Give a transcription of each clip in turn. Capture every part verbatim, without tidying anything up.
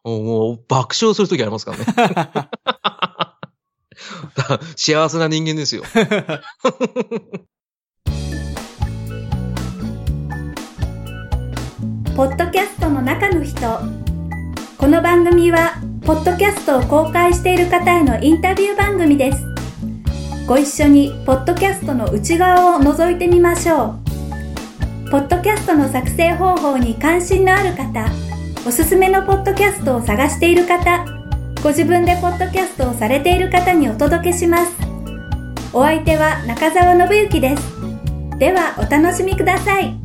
もう爆笑するときありますからね。幸せな人間ですよ。 ポッドキャストの中の人。この番組はポッドキャストを公開している方へのインタビュー番組です。ご一緒にポッドキャストの内側を覗いてみましょう。ポッドキャストの作成方法に関心のある方、おすすめのポッドキャストを探している方、ご自分でポッドキャストをされている方にお届けします。お相手は中澤信之です。ではお楽しみください。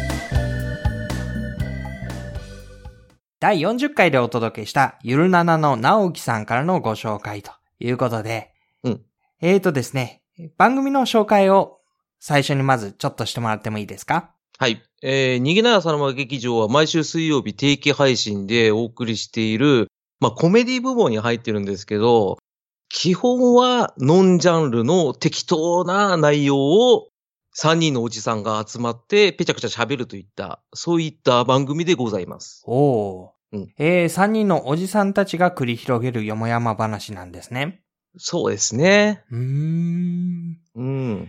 だいよんじゅっかいでお届けしたゆるななの直樹さんからのご紹介ということで、 うん、 えーとですね、番組の紹介を最初にまずちょっとしてもらってもいいですか？ はい。えー、逃げない浅沼劇場は毎週水曜日定期配信でお送りしている、まあコメディ部門に入ってるんですけど、基本はノンジャンルの適当な内容をさんにんのおじさんが集まってペチャクチャ喋るといった、そういった番組でございます。 おー。 うん、 えー、さんにんのおじさんたちが繰り広げるよもやま話なんですね。 そうですね。 うーん。 うん。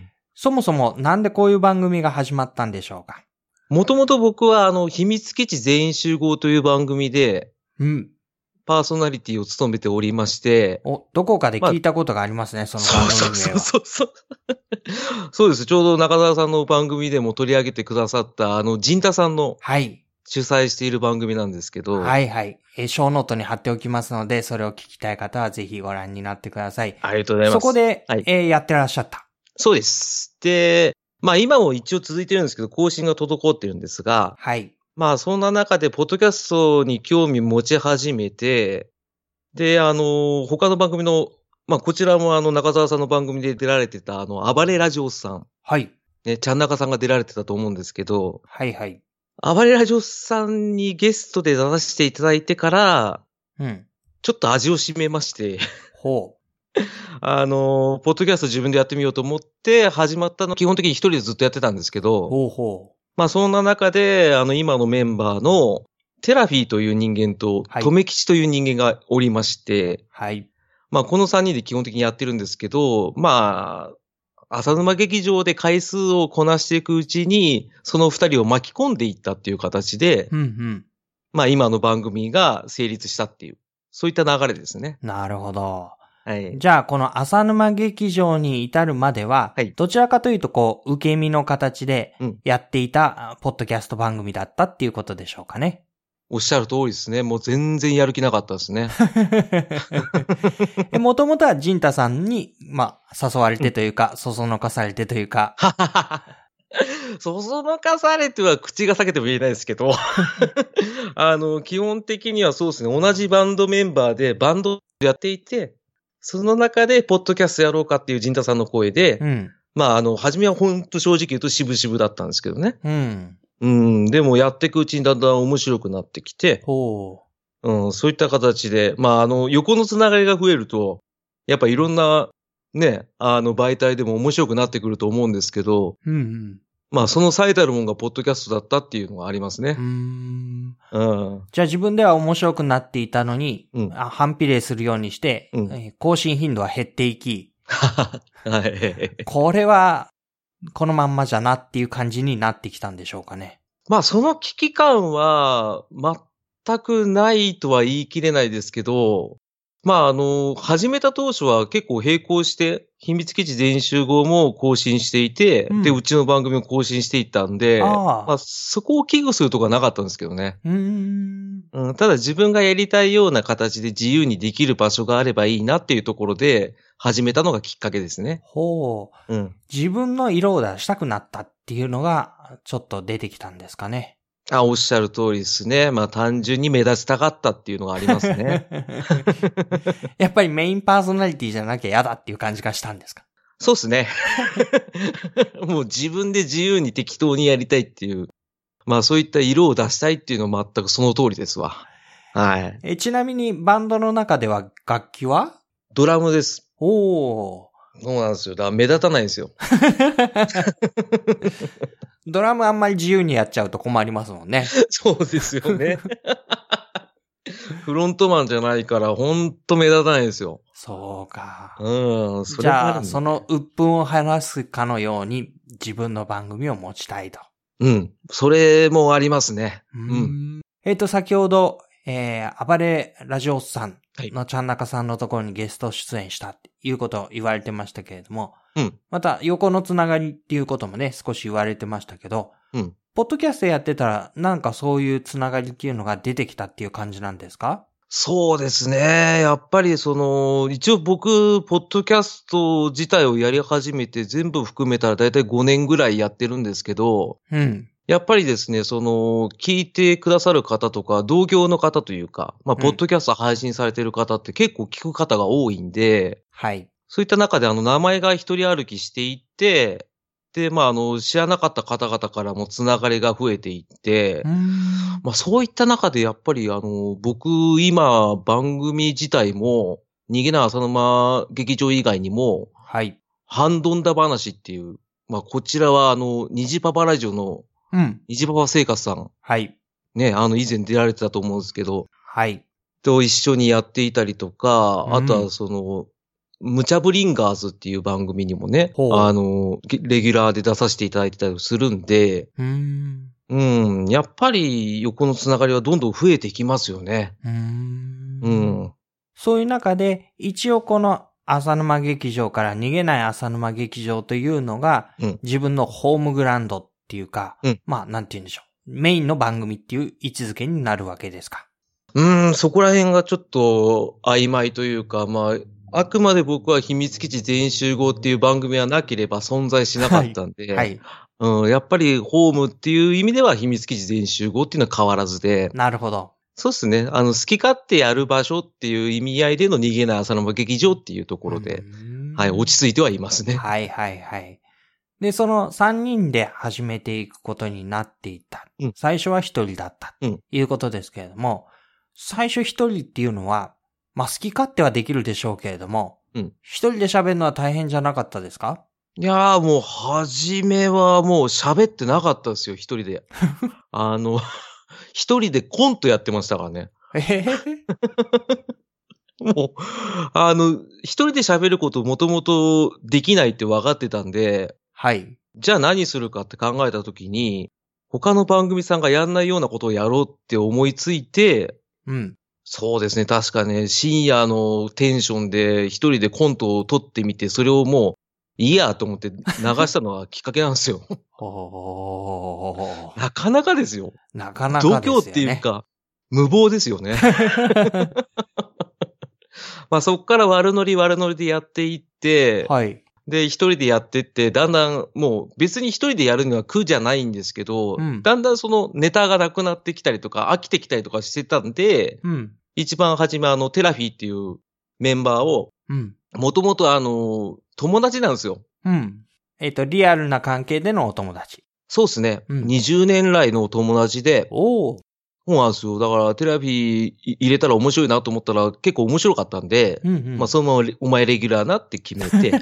そもそもなんでこういう番組が始まったんでしょうか？ もともと僕はあの、秘密基地全員集合という番組で、 うん。 パーソナリティを務めておりまして。 お、どこかで聞いたことがありますね、まあ、その番組名は。 そうそうそうそう。そうです。ちょうど中澤さんの番組でも取り上げてくださった、あの、陣太さんの。はい。主催している番組なんですけど。 はいはい。えー、ショーノートに貼っておきますので、それを聞きたい方はぜひご覧になってください。 ありがとうございます。 そこで、 はい、 えー、やってらっしゃった。 そうです。で、まあ今も一応続いてるんですけど、更新が滞ってるんですが。 はい。 まあそんな中で、ポッドキャストに興味持ち始めて、で、あの、他の番組の、まあこちらもあの中澤さんの番組で出られてた、あの、暴れラジオさん。 はい。 ね、ちゃんなかさんが出られてたと思うんですけど。 はいはい。 暴れラジオさんにゲストで出させていただいてから、 うん。 ちょっと味を占めまして。 ほう。 あの、ポッドキャスト自分でやってみようと思って始まったの、基本的に一人でずっとやってたんですけど。 ほうほう。 まあそんな中で、あの今のメンバーのテラフィーという人間と、はい、とめきちという人間がおりまして。 はい。 まあこのさんにんで基本的にやってるんですけど、まあ、浅沼劇場で回数をこなしていくうちに、その二人を巻き込んでいったっていう形で、 うんうん、 まあ今の番組が成立したっていう、そういった流れですね。 なるほど。 はい。 じゃあこの浅沼劇場に至るまでは、はい、どちらかというとこう、受け身の形でやっていた、ポッドキャスト番組だったっていうことでしょうかね。 おっしゃる通りですね。もう全然やる気なかったですね。 もともとはジンタさんに、まあ、誘われてというか、そそのかされてというか。 そそのかされては口が裂けても言えないですけど。あの、基本的にはそうですね。同じバンドメンバーでバンドをやっていて、その中でポッドキャストやろうかっていうジンタさんの声で、うん、まあ、あの、初めは本当正直言うと渋々だったんですけどね。うん。うん、でもやっていくうちにだんだん面白くなってきて、ほう。うん、そういった形で、まあ、あの、横のつながりが増えると、やっぱいろんな、ね、あの、媒体でも面白くなってくると思うんですけど、うんうん、まあ、その最たるものがポッドキャストだったっていうのがありますね。うーん、 うん、じゃあ自分では面白くなっていたのに、うん、反比例するようにして、うん、更新頻度は減っていき、はい、これは、このまんまじゃなっていう感じになってきたんでしょうかね。 まあその危機感は全くないとは言い切れないですけど、まああの、始めた当初は結構並行して秘密基地全員集合も更新していて、うん、で、うちの番組も更新していったんで、あまあそこを危惧するとこはなかったんですけどね。うーんうん、ただ自分がやりたいような形で自由にできる場所があればいいなっていうところで始めたのがきっかけですね。 ほう。うん、自分の色を出したくなったっていうのがちょっと出てきたんですかね。 あ、おっしゃる通りですね。まあ単純に目立ちたかったっていうのがありますね。 やっぱりメインパーソナリティじゃなきゃ嫌だっていう感じがしたんですか？ そうですね。もう自分で自由に適当にやりたいっていう。まあそういった色を出したいっていうのは全くその通りですわ。はい。 え、ちなみにバンドの中では楽器は？ ドラムです。 おー。 そうなんですよ。だから目立たないんですよ。 ドラムあんまり自由にやっちゃうと困りますもんね。 そうですよね。 フロントマンじゃないから、ほんと目立たないですよ。 そうか。 うん。 それじゃあ、その鬱憤を晴らすかのように自分の番組を持ちたいと。 うん。それもありますね。うん。 うんえっと、先ほど、えー、暴れラジオさんのちゃんなかさんのところにゲスト出演したっていうことを言われてましたけれども、 うん。 また横のつながりっていうこともね、少し言われてましたけど、 うん。 ポッドキャストやってたら、なんかそういうつながりっていうのが出てきたっていう感じなんですか？ そうですね。やっぱりその、一応僕、ポッドキャスト自体をやり始めて全部含めたらだいたいごねんぐらいやってるんですけど、 うん。 やっぱりですね、その、聞いてくださる方とか、同業の方というか、まあ、ポッドキャスト配信されてる方って結構聞く方が多いんで、 はい。 そういった中であの、名前が一人歩きしていって、で、まあ、あの、知らなかった方々からもつながりが増えていって、まあ、そういった中でやっぱりあの、僕、今、番組自体も、逃げない浅沼劇場以外にも、 はい。 ハンドンダ話っていう、まあ、こちらはあの、虹パパラジオの、 うん。 虹パパ生活さん。 はい。 ね、あの、以前出られてたと思うんですけど、 はい。 と一緒にやっていたりとか、あとはその、ムチャブリンガーズっていう番組にもね、あの、レギュラーで出させていただいてたりするんで、 うーん。 うん、やっぱり横のつながりはどんどん増えてきますよね。 うーん。 うん。 そういう中で、一応この浅沼劇場から逃げない浅沼劇場というのが、うん、自分のホームグラウンドっていうか、うん、まあ、なんて言うんでしょう。メインの番組っていう位置づけになるわけですか。 うーん、そこら辺がちょっと曖昧というか、まあ、あくまで僕は秘密基地全員集合っていう番組はなければ存在しなかったんで、はいはいうん、やっぱりホームっていう意味では秘密基地全員集合っていうのは変わらずで。 なるほど。 そうですね。あの、好き勝手やる場所っていう意味合いでの逃げない浅沼劇場っていうところで、はい、落ち着いてはいますね。 はいはいはい。で、そのさんにんで始めていくことになっていった。うん、最初はひとりだった。ということですけれども、うん、最初ひとりっていうのは、まあ、好き勝手はできるでしょうけれども、うん、一人で喋るのは大変じゃなかったですか？ いやーもう、初めはもう喋ってなかったですよ、一人で。あの、一人でコントやってましたからね。 えー、 もう、あの、一人で喋ることもともとできないって分かってたんで、 はい。 じゃあ何するかって考えたときに、他の番組さんがやんないようなことをやろうって思いついて、 うん。 そうですね。確かね、深夜のテンションで一人でコントを撮ってみて、それをもういいやと思って流したのがきっかけなんですよ。なかなかですよ。 なかなかですよね。 度胸っていうか、無謀ですよね。まあそっから悪ノリ悪ノリでやっていって、 はい。 で、一人でやってって、だんだんもう別に一人でやるには苦じゃないんですけど、うん、だんだんそのネタがなくなってきたりとか、飽きてきたりとかしてたんで、うん、一番初めあの、テラフィーっていうメンバーを、もともとあの、友達なんですよ。 うん。えっと、リアルな関係でのお友達。 そうですね。うん、にじゅうねん来のお友達で、 おー。 そうなんですよ。だから、テラフィー入れたら面白いなと思ったら結構面白かったんで、うんうん、まあ、そのままお前レギュラーなって決めて。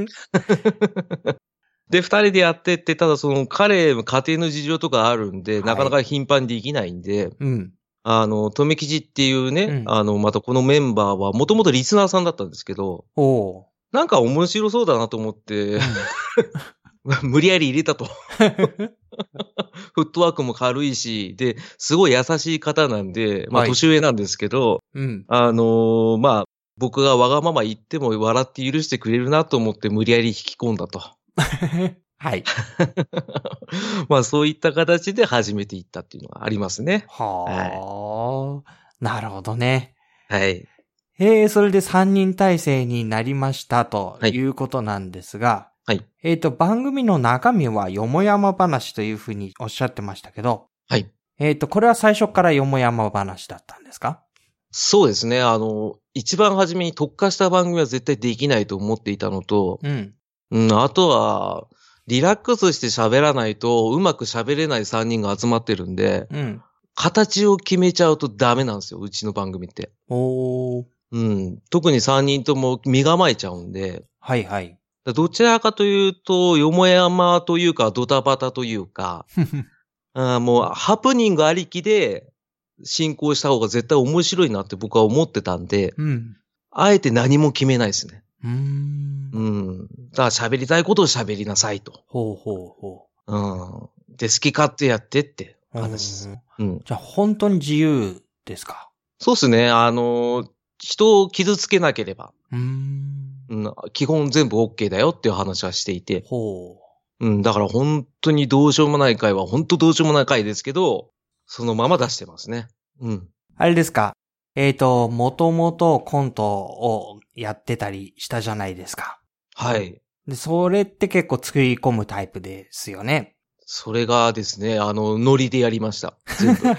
で、二人でやってって、ただその彼、家庭の事情とかあるんで、はい、なかなか頻繁にできないんで、うん、あの、とめきじっていうね、うん、あの、またこのメンバーはもともとリスナーさんだったんですけど、 おなんか面白そうだなと思って、うん無理やり入れたと。フットワークも軽いし、で、すごい優しい方なんで、まあ年上なんですけど、はいうん、あのー、まあ、僕がわがまま言っても笑って許してくれるなと思って無理やり引き込んだと。 はい。 まあそういった形で始めていったっていうのがありますね。 はあ、はい、なるほどね。 はい。 えー、それでさんにん体制になりましたということなんですが、はいはい。 えっと、番組の中身はよもやま話というふうにおっしゃってましたけど。 はい。 えっと、これは最初からよもやま話だったんですか？ そうですね。あの、一番初めに特化した番組は絶対できないと思っていたのと、うん。うん、あとは、リラックスして喋らないとうまく喋れないさんにんが集まってるんで、うん。形を決めちゃうとダメなんですよ、うちの番組って。 おー。 うん。特にさんにんとも身構えちゃうんで。 はいはい。 どちらかというと、よもやまというか、ドタバタというか、あもうハプニングありきで進行した方が絶対面白いなって僕は思ってたんで、うん、あえて何も決めないですね。うーん。うん。だから喋りたいことを喋りなさいと。 ほうほうほう。うん。で、好き勝手やってって話です。 うん。じゃあ本当に自由ですか？ そうですね。あの、人を傷つけなければ。うーん。うん。基本全部 OK だよっていう話はしていて。ほう。うん。だから本当にどうしようもない回は本当どうしようもない回ですけど、そのまま出してますね。うん。 あれですか？えっと、もともとコントをやってたりしたじゃないですか。 はい。 で、それって結構作り込むタイプですよね。 それがですね、あの、ノリでやりました。全部。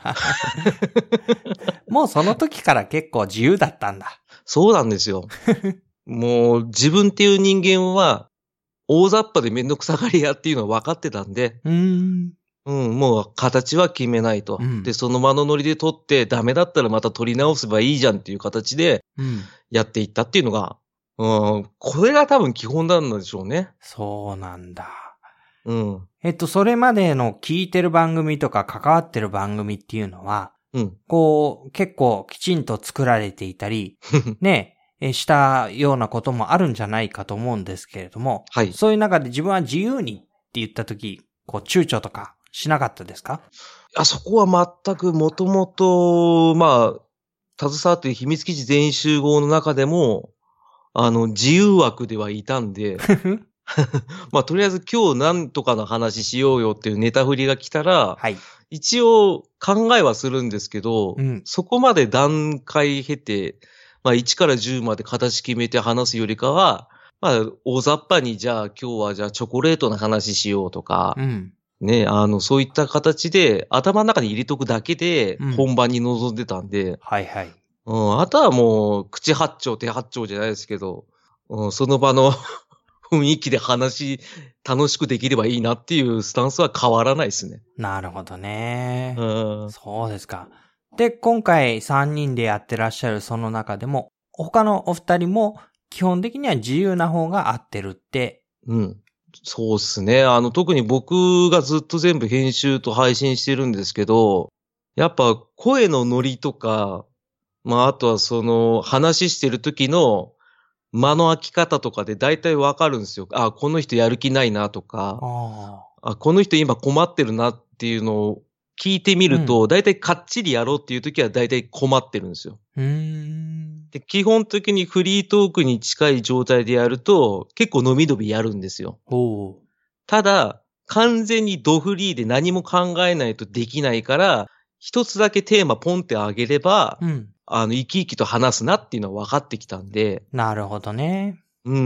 もうその時から結構自由だったんだ。 そうなんですよ。もう自分っていう人間は大雑把でめんどくさがり屋っていうのは分かってたんで。うーん。うん、もう形は決めないと。うん、で、その場のノリで撮ってダメだったらまた撮り直せばいいじゃんっていう形でやっていったっていうのが、うん、これが多分基本なんでしょうね。 そうなんだ。うん。えっと、それまでの聞いてる番組とか関わってる番組っていうのは、うん、こう、結構きちんと作られていたり、ね、したようなこともあるんじゃないかと思うんですけれども、はい。そういう中で自分は自由にって言ったとき、こう、躊躇とかしなかったですか？ あそこは全くもともと、まあ、携わっている秘密基地全員集合の中でも、あの、自由枠ではいたんで、まあ、とりあえず今日何とかの話しようよっていうネタ振りが来たら、はい、一応考えはするんですけど、うん、そこまで段階経て、まあ、いちからじゅうまで形決めて話すよりかは、まあ、大雑把にじゃあ今日はじゃあチョコレートの話しようとか、うん、ね、あの、そういった形で頭の中に入れとくだけで本番に臨んでたんで、うん、はいはい。うん、あとはもう、口八丁手八丁じゃないですけど、うん、その場の雰囲気で話、楽しくできればいいなっていうスタンスは変わらないですね。 なるほどね。うん、そうですか。で、今回さんにんでやってらっしゃるその中でも、他のお二人も基本的には自由な方が合ってるって。 うん。そうですね。あの、特に僕がずっと全部編集と配信してるんですけど、やっぱ声のノリとか、まあ、あとはその話してる時の間の空き方とかで大体わかるんですよ。あ、この人やる気ないなとか、ああ、この人今困ってるなっていうのを聞いてみると、うん、大体かっちりやろうっていう時は大体困ってるんですよ。うーんで、基本的にフリートークに近い状態でやると結構のびのびやるんですよ。おただ、完全にドフリーで何も考えないとできないから、一つだけテーマポンってあげれば、うん、あの、生き生きと話すなっていうのは分かってきたんで。 なるほどね。 うん。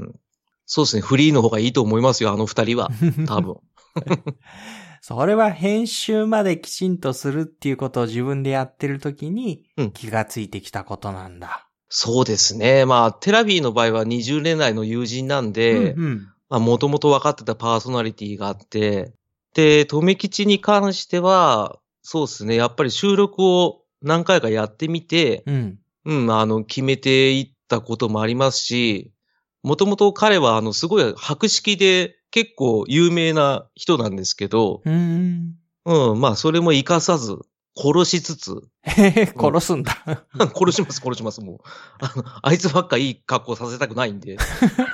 そうですね。フリーの方がいいと思いますよ、あの二人は。多分。 それは編集まできちんとするっていうことを自分でやってるときに気がついてきたことなんだ。うん、 そうですね。まあ、テラビーの場合はにじゅうねん来の友人なんで、うんうん、まあ、もともと分かってたパーソナリティがあって、で、とめきちに関しては、そうですね。やっぱり収録を何回かやってみて、うん、うん、あの、決めていったこともありますし、もともと彼は、あの、すごい博識で結構有名な人なんですけど、うん、うん、まあ、それも活かさず、殺しつつ。 へ殺すんだ。 殺します、殺します、もう。あの、あいつばっかいい格好させたくないんで。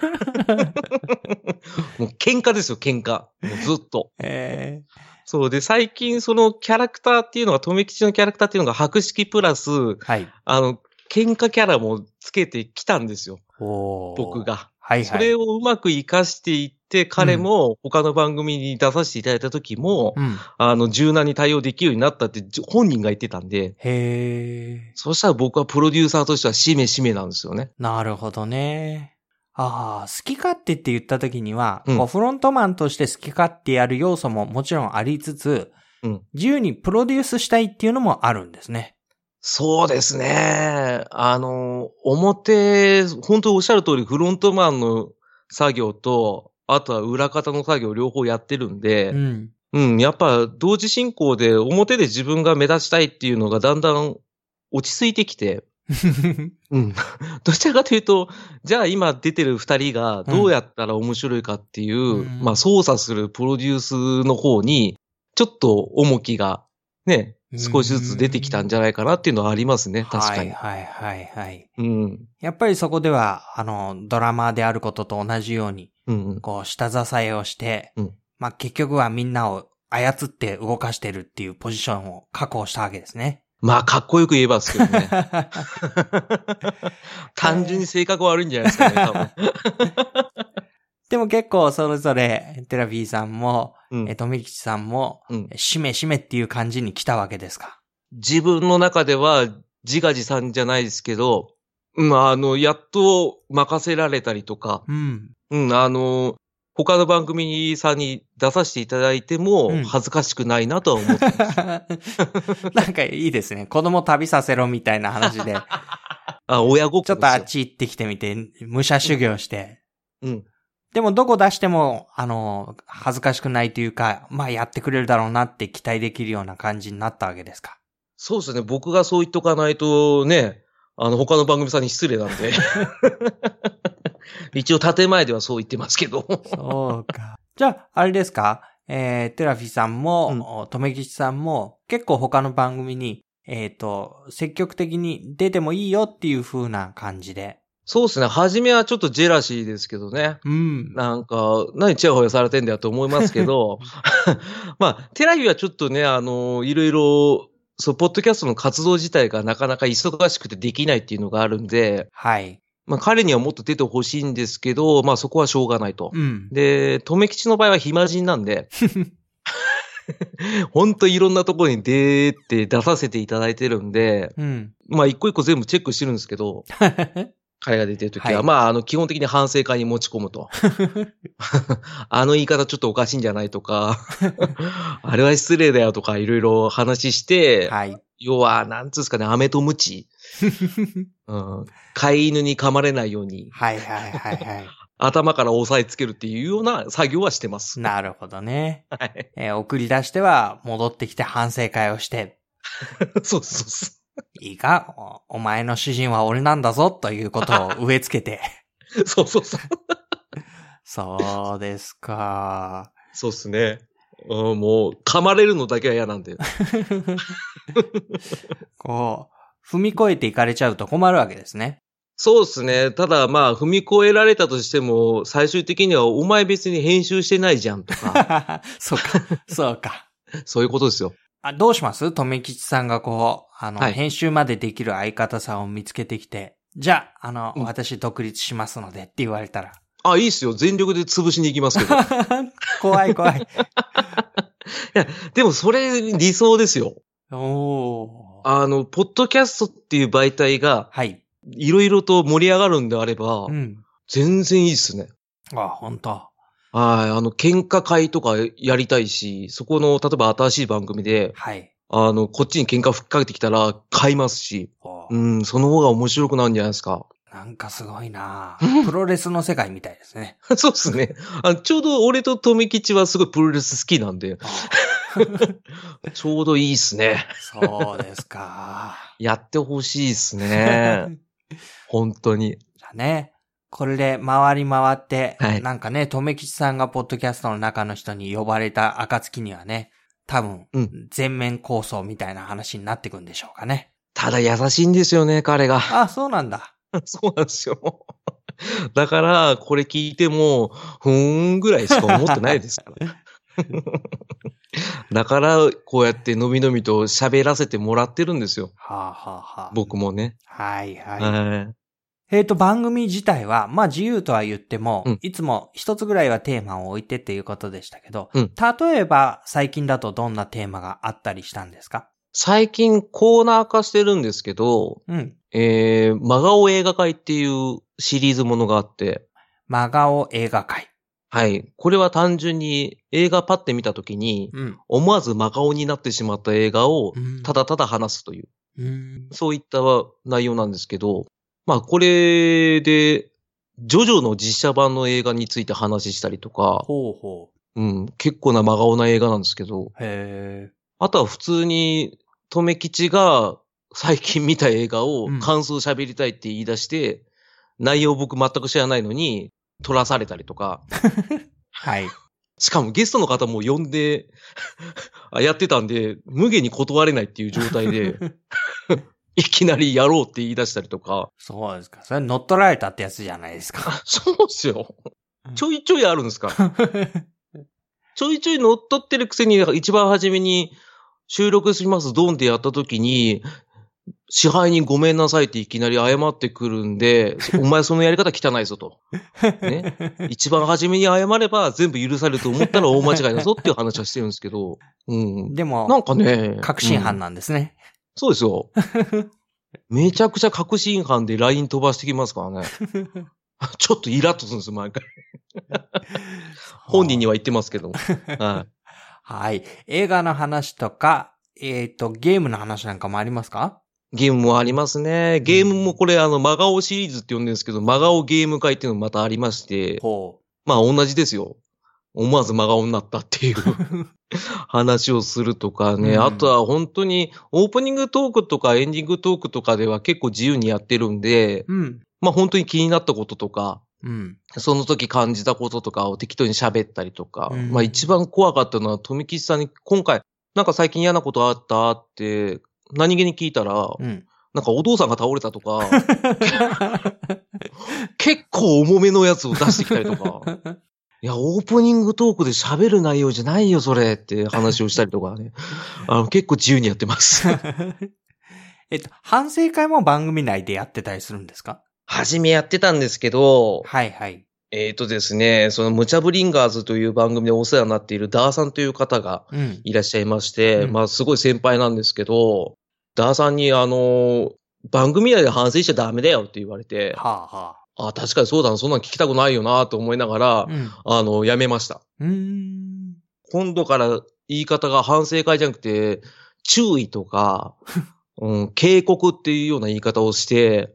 もう喧嘩ですよ、喧嘩。もうずっと。へーそうで、最近そのキャラクターっていうのが、とめきちのキャラクターっていうのが博識プラス、はい。あの、喧嘩キャラもつけてきたんですよ。僕が。はいはい。それをうまく活かしていって、彼も他の番組に出させていただいた時も、うん、あの、柔軟に対応できるようになったって本人が言ってたんで。へー。そしたら僕はプロデューサーとしてはしめしめなんですよね。 なるほどね。ああ、好き勝手って言った時には、うん、こうフロントマンとして好き勝手やる要素ももちろんありつつ、うん、自由にプロデュースしたいっていうのもあるんですね。 そうですね。あの、表、本当におっしゃる通りフロントマンの作業と、あとは裏方の作業両方やってるんで、うん、うん、やっぱ同時進行で表で自分が目立ちたいっていうのがだんだん落ち着いてきて、うん、どちらかというと、じゃあ今出てる二人がどうやったら面白いかっていう、うん、まあ操作するプロデュースの方に、ちょっと重きがね、 少しずつ出てきたんじゃないかなっていうのはありますね、確かに。 はいはいはいはい。 うん。 やっぱりそこでは、あの、ドラマーであることと同じように、 うんうん、 こう、下支えをして、 うん、 まあ、結局はみんなを操って動かしてるっていうポジションを確保したわけですね。 まあ、かっこよく言えばですけどね。単純に性格悪いんじゃないですかね、多分。 でも結構それぞれ、テラフィーさんも、 うん、 え、とめきちさんも、うん、しめしめっていう感じに来たわけですか。 自分の中では自画自賛じゃないですけど、まあ、あの、やっと任せられたりとか、 うん。 うん、あの、他の番組さんに出させていただいても、恥ずかしくないなとは思ってます。 うん、なんかいいですね。子供旅させろみたいな話で。 あ、親ごっこですよ。 ちょっとあっち行ってきてみて、武者修行して。 うん。 でもどこ出しても、あの、恥ずかしくないというか、まあやってくれるだろうなって期待できるような感じになったわけですか。 そうですね。僕がそう言っとかないとね、あの、他の番組さんに失礼なんで。一応建前ではそう言ってますけど。 そうか。じゃあ、あれですかえー、テラフィさんも、とめきちさんも、結構他の番組に、えっと、積極的に出てもいいよっていう風な感じで。 そうですね。初めはちょっとジェラシーですけどね。 うん。 なんか、何チヤホヤされてんだよと思いますけど。まあ、テラフィはちょっとね、あの、いろいろ、そう、ポッドキャストの活動自体がなかなか忙しくてできないっていうのがあるんで。 はい。 まあ彼にはもっと出てほしいんですけど、まあそこはしょうがないと。 うん、 で、とめきちの場合は暇人なんで、ほんといろんなところに出て出させていただいてるんで、 うん、 まあ一個一個全部チェックしてるんですけど、彼が出てるときは、はい、まああの基本的に反省会に持ち込むと。あの言い方ちょっとおかしいんじゃないとか、あれは失礼だよとかいろいろ話して、 はい、 要は、なんつうんですかね、飴とムチ。うん、飼い犬に噛まれないように。 はいはいはいはい。 頭から押さえつけるっていうような作業はしてます。 なるほどね。 はい。 えー、送り出しては戻ってきて反省会をして。 そうそうそう。 いいかお、お前の主人は俺なんだぞということを植え付けて。 そうそうそう。 そうですか。 そうっすね。うん、もう、噛まれるのだけは嫌なんで。 こう、踏み越えていかれちゃうと困るわけですね。 そうですね。ただまあ、踏み越えられたとしても、最終的にはお前別に編集してないじゃんとか。 そうか、そうか。 そういうことですよ。 あ、どうしますとめきちさんがこう、あの、はい、編集までできる相方さんを見つけてきて、じゃあ、あの、うん、私独立しますのでって言われたら。 あ、いいっすよ。全力で潰しに行きますけど。 怖い怖い。いや、でもそれ理想ですよ。 おー。 あの、ポッドキャストっていう媒体が、 はい。 いろいろと盛り上がるんであれば、 うん、 全然いいっすね。 あ、本当。 はい。あの、喧嘩会とかやりたいし、そこの、例えば新しい番組で、 はい。 あの、こっちに喧嘩吹っかけてきたら買いますし、うん、その方が面白くなるんじゃないですか。 なんかすごいなプロレスの世界みたいですね。 そうですね。あちょうど俺と富吉はすごいプロレス好きなんで。ちょうどいいっすね。 そうですか。 やってほしいっすね。本当に。 だね。これで回り回って、 はい、 なんかね、富吉さんがポッドキャストの中の人に呼ばれた暁にはね、多分、うん、全面構想みたいな話になってくんでしょうかね。 ただ優しいんですよね、彼が。 あ、そうなんだ。 そうなんですよ。だから、これ聞いても、ふーんぐらいしか思ってないですから。だから、こうやってのびのびと喋らせてもらってるんですよ。 はあ、はあはあ、 僕もね。 はいはい。 はい、 えっと、番組自体は、まあ自由とは言っても、うん、いつも一つぐらいはテーマを置いてっていうことでしたけど、うん、例えば最近だとどんなテーマがあったりしたんですか？ 最近コーナー化してるんですけど、 うん。 えー、真顔映画会っていうシリーズものがあって。 真顔映画会。 はい。これは単純に映画パッて見たときに、うん、思わず真顔になってしまった映画をただただ話すという、 うん、 そういった内容なんですけど、まあこれで、ジョジョの実写版の映画について話したりとか、 ほうほう。うん。結構な真顔な映画なんですけど、 へー。 あとは普通に、とめきちが最近見た映画を感想喋りたいって言い出して、うん、内容僕全く知らないのに撮らされたりとか。 はい。 しかもゲストの方も呼んでやってたんで、無限に断れないっていう状態で、いきなりやろうって言い出したりとか。 そうですか。それ乗っ取られたってやつじゃないですか。 そうっすよ。ちょいちょいあるんですか。ちょいちょい乗っ取ってるくせに、一番初めに収録しますドンってやった時に、支配人ごめんなさいっていきなり謝ってくるんで、お前そのやり方汚いぞと。ね。一番初めに謝れば全部許されると思ったら大間違いだぞっていう話はしてるんですけど。うん。 でも、 なんかね。 確信犯なんですね。 うん、そうですよ。めちゃくちゃ確信犯で ライン 飛ばしてきますからね。ちょっとイラッとするんですよ、毎回。本人には言ってますけども。はい。 はい。映画の話とか、えっと、ゲームの話なんかもありますか？ ゲームもありますね。ゲームもこれ、あの、真顔シリーズって呼んでるんですけど、真顔ゲーム会っていうのもまたありまして、ほう。まあ同じですよ。思わず真顔になったっていう話をするとかね、うん。あとは本当にオープニングトークとかエンディングトークとかでは結構自由にやってるんで、うん、まあ本当に気になったこととか、うん、その時感じたこととかを適当に喋ったりとか、うん、まあ一番怖かったのは富吉さんに今回、なんか最近嫌なことあったって何気に聞いたら、うん、なんかお父さんが倒れたとか、結構重めのやつを出してきたりとか、いや、オープニングトークで喋る内容じゃないよ、それって話をしたりとかね。あの、結構自由にやってます。 えっと、反省会も番組内でやってたりするんですか？ 初めやってたんですけど、 はいはい。 えっとですね、そのムチャブリンガーズという番組でお世話になっているダーさんという方がいらっしゃいまして、うん、まあすごい先輩なんですけど、ダーさんにあの、番組内で反省しちゃダメだよって言われて、はあはあ、あ、確かにそうだな、そんなの聞きたくないよなと思いながら、うん、あの、やめました。うーん、今度から言い方が反省会じゃなくて、注意とか、うん、警告っていうような言い方をして、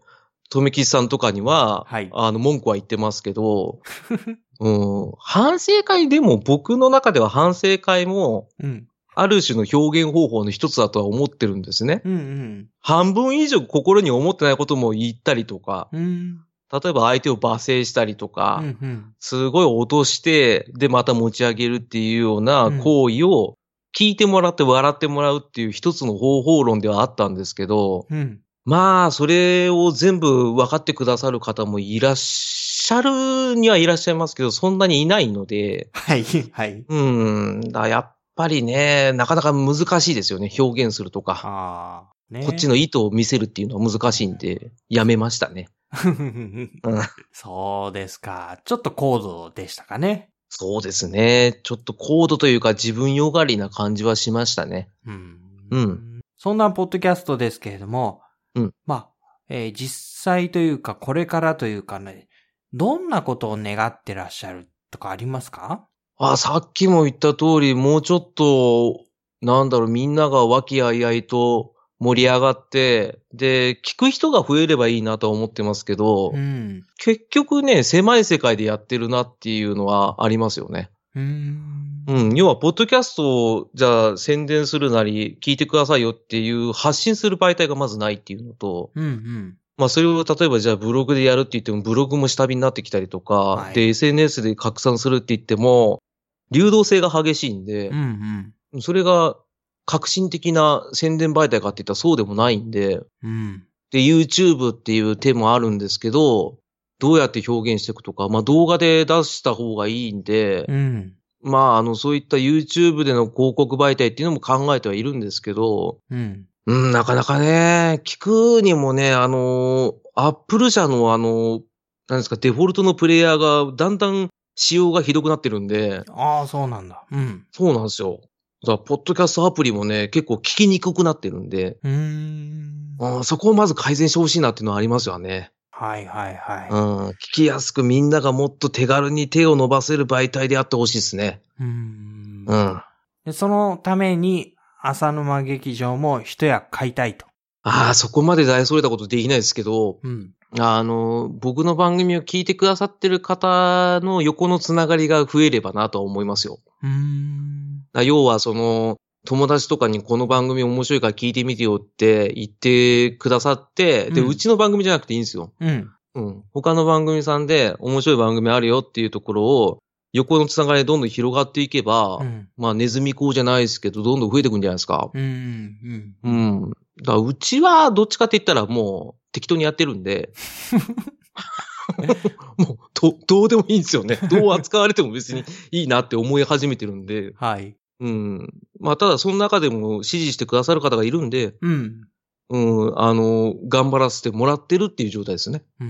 富吉さんとかには、はい、あの、文句は言ってますけど、うん、反省会でも僕の中では反省会も、うん、ある種の表現方法の一つだとは思ってるんですね。うんうん、半分以上心に思ってないことも言ったりとか、うん、例えば相手を罵声したりとか、うんうん、すごい落として、でまた持ち上げるっていうような行為を聞いてもらって笑ってもらうっていう一つの方法論ではあったんですけど、うん、まあ、それを全部分かってくださる方もいらっしゃるにはいらっしゃいますけど、そんなにいないので、 はい、はい。 うん、だやっぱりね、なかなか難しいですよね、表現するとか。あね、こっちの意図を見せるっていうのは難しいんで、やめましたね。うん、 そうですか。ちょっと高度でしたかね。 そうですね。ちょっと高度というか自分よがりな感じはしましたね。うん。 うん。そんなポッドキャストですけれども、うん。まあ、えー、実際というかこれからというかね、どんなことを願ってらっしゃるとかありますか？ あ、さっきも言った通り、もうちょっと、なんだろう、みんなが和気あいあいと盛り上がって、で、聞く人が増えればいいなと思ってますけど、うん、結局ね、狭い世界でやってるなっていうのはありますよね。うーん、うん、要は、ポッドキャストを、じゃあ、宣伝するなり、聞いてくださいよっていう発信する媒体がまずないっていうのと、うんうん、まあ、それを例えばじゃあ、ブログでやるって言っても、ブログも下火になってきたりとか、はい、で、エスエヌエス で拡散するって言っても、流動性が激しいんで、うんうん、それが革新的な宣伝媒体かって言ったらそうでもないんで、うん、で、YouTube っていう手もあるんですけど、どうやって表現していくとか、まあ、動画で出した方がいいんで、うん、まあ、あの、そういった YouTube での広告媒体っていうのも考えてはいるんですけど、うん、うん、なかなかね、聞くにもね、あの、Apple 社のあの、なんですか、デフォルトのプレイヤーがだんだん仕様がひどくなってるんで。 ああ、そうなんだ。うん。 そうなんですよ。だからポッドキャストアプリもね、結構聞きにくくなってるんで。うーん。あ、そこをまず改善してほしいなっていうのはありますよね。 はいはいはい。 うん。聞きやすくみんながもっと手軽に手を伸ばせる媒体であってほしいですね。うーん。 うん。で、そのために、浅沼劇場も一役買いたいと。 ああ、そこまで大それたことできないですけど、うん。あの、僕の番組を聞いてくださってる方の横のつながりが増えればなと思いますよ。うーん。要はその、友達とかにこの番組面白いから聞いてみてよって言ってくださって、うん、で、うちの番組じゃなくていいんですよ。うん。うん。他の番組さんで面白い番組あるよっていうところを横のつながりでどんどん広がっていけば、うん、まあネズミ講じゃないですけど、どんどん増えていくんじゃないですか。うん。うん。うん。だからうちはどっちかって言ったらもう適当にやってるんで、もうど、どうでもいいんですよね。どう扱われても別にいいなって思い始めてるんで。はい。うん。まあただその中でも支持してくださる方がいるんで、うん。うん。あの、頑張らせてもらってるっていう状態ですね。うん。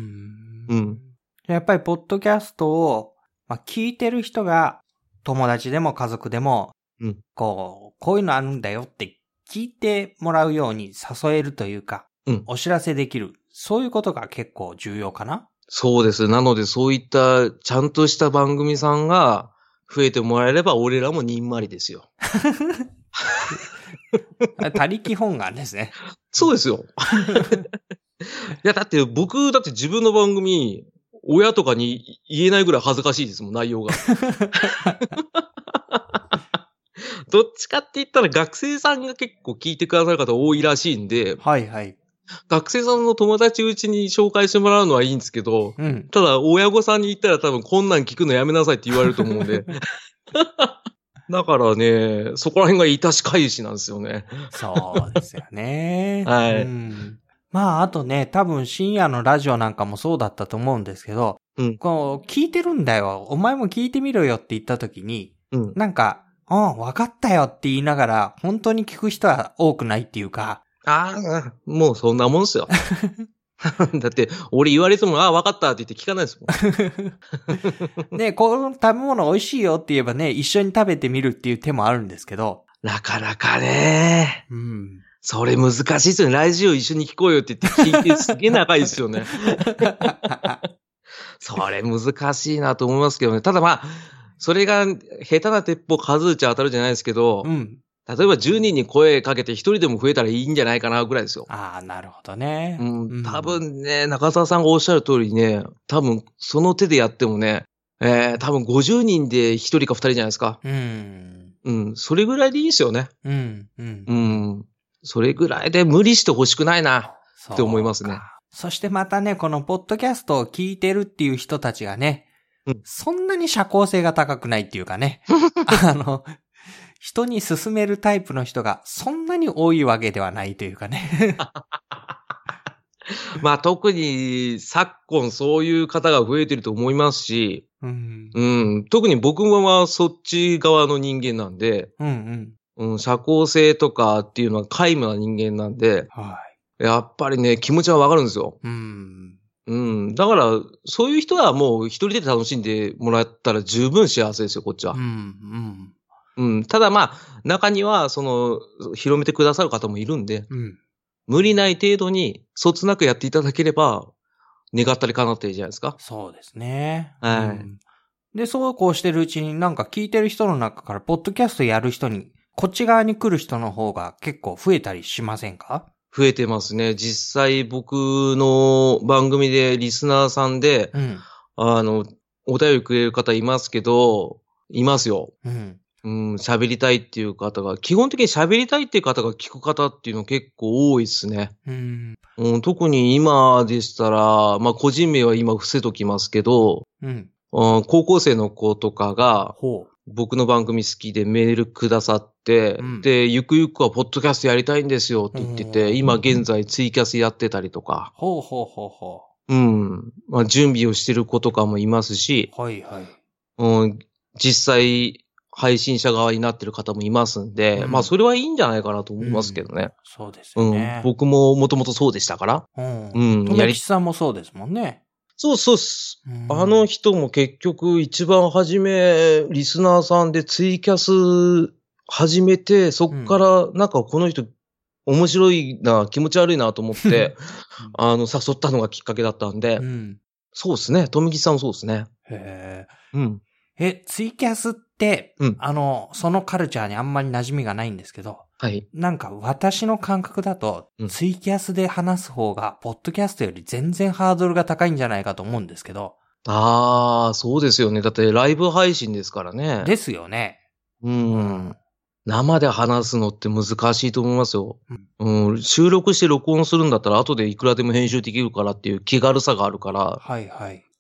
うん。やっぱりポッドキャストを、まあ、聞いてる人が友達でも家族でも、うん、こう、こういうのあるんだよって聞いてもらうように誘えるというか、うん、お知らせできる。そういうことが結構重要かな？ そうです。なのでそういったちゃんとした番組さんが増えてもらえれば俺らもにんまりですよ。 他力本願ですね。 そうですよ。いや、だって僕、だって自分の番組、親とかに言えないぐらい恥ずかしいですもん、内容が。どっちかって言ったら学生さんが結構聞いてくださる方多いらしいんで、はいはい。学生さんの友達うちに紹介してもらうのはいいんですけど、うん、ただ親御さんに言ったら多分こんなん聞くのやめなさいって言われると思うんで。だからね、そこら辺がいたし返しなんですよね。 そうですよね。はい。うんまあ、あとね、多分深夜のラジオなんかもそうだったと思うんですけど、うん、こう、聞いてるんだよ。お前も聞いてみろよって言った時に、うん、なんか、うん、わかったよって言いながら、本当に聞く人は多くないっていうか。 ああ、もうそんなもんすよ。だって、俺言われても、ああ、わかったって言って聞かないですもん。ね、この食べ物美味しいよって言えばね、一緒に食べてみるっていう手もあるんですけど。 なかなかね。うん。それ難しいですよね。ラジオ一緒に聞こうよって言って聞いてすげえ長いですよね。それ難しいなと思いますけどね。ただまあ、それが下手な鉄砲数打ち当たるじゃないですけど、うん、例えばじゅうにんに声かけてひとりでも増えたらいいんじゃないかなぐらいですよ。 ああ、なるほどね。 うん、多分ね、中澤さんがおっしゃる通りね、多分その手でやってもね、えー、多分ごじゅうにんでひとりかふたりじゃないですか。うん。うん、それぐらいでいいですよね。うん。うん。うんそれぐらいで無理してほしくないなって思いますね。 そしてまたね、このポッドキャストを聞いてるっていう人たちがね、うん、そんなに社交性が高くないっていうかね、あの、人に勧めるタイプの人がそんなに多いわけではないというかね。 まあ特に昨今そういう方が増えてると思いますし、うんうん、特に僕はそっち側の人間なんで、うんうんうん、社交性とかっていうのは皆無な人間なんで、はい、やっぱりね、気持ちはわかるんですよ。うん。うん。だから、そういう人はもう一人で楽しんでもらったら十分幸せですよ、こっちは。うん。うん。うん。ただまあ、中には、その、広めてくださる方もいるんで、うん、無理ない程度に、そつなくやっていただければ、願ったり叶ったりじゃないですか。 そうですね。はい。うん、で、そうこうしてるうちになんか聞いてる人の中から、ポッドキャストやる人に、こっち側に来る人の方が結構増えたりしませんか？ 増えてますね。実際僕の番組でリスナーさんで、うん、あの、お便りくれる方いますけど、いますよ。うん。うん、喋りたいっていう方が、基本的に喋りたいっていう方が聞く方っていうの結構多いですね。うん、うん。特に今でしたら、まあ個人名は今伏せときますけど、うん、高校生の子とかが、ほう僕の番組好きでメールくださって、うん、で、ゆくゆくはポッドキャストやりたいんですよって言ってて、今現在ツイキャスやってたりとか。ほうほうほうほう。うん。まあ、準備をしてる子とかもいますし、はいはい。うん、実際、配信者側になってる方もいますんで、うん、まあ、それはいいんじゃないかなと思いますけどね。うん、 そうですよね。 うん。僕ももともとそうでしたから。 うん。うん。やりきさんもそうですもんね。 そうそうっす。あの人も結局一番初め、リスナーさんでツイキャス始めて、そっからなんかこの人面白いな、気持ち悪いなと思って、あの、誘ったのがきっかけだったんで、うん、そうですね。富木さんもそうですね。へえ。うん。え、ツイキャスって、うん、あの、そのカルチャーにあんまり馴染みがないんですけど、はい。なんか私の感覚だと、うん、ツイキャスで話す方が、ポッドキャストより全然ハードルが高いんじゃないかと思うんですけど。 ああ、そうですよね。だってライブ配信ですからね。 ですよね。 うん。うん、生で話すのって難しいと思いますよ、うんうん。収録して録音するんだったら後でいくらでも編集できるからっていう気軽さがあるから。はいはい。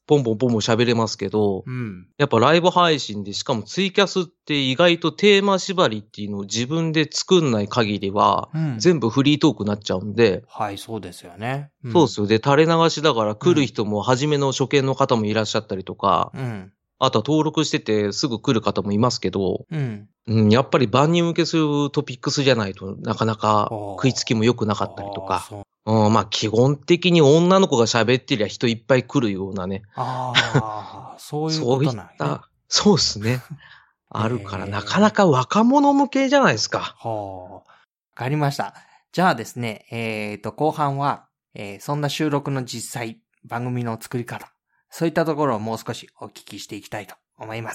ポンポンポンポン喋れますけど、 うん、 やっぱライブ配信で、しかもツイキャスって意外とテーマ縛りっていうのを自分で作んない限りは、うん、全部フリートークになっちゃうんで。 はい、そうですよね。 うん、そうですよ。で、垂れ流しだから来る人も初めの初見の方もいらっしゃったりとか、 うん、 あとは登録しててすぐ来る方もいますけど、 うんうん、やっぱり万人受けするトピックスじゃないとなかなか食いつきも良くなかったりとか。うん、まあ基本的に女の子が喋ってりゃ人いっぱい来るようなね。 ああ、そういうことなんね。 そういった、そうですね。あるから、なかなか若者向けじゃないですか。 はあ。わかりました。じゃあですね、えっと、後半は、えー、そんな収録の実際、番組の作り方、そういったところをもう少しお聞きしていきたいと思います。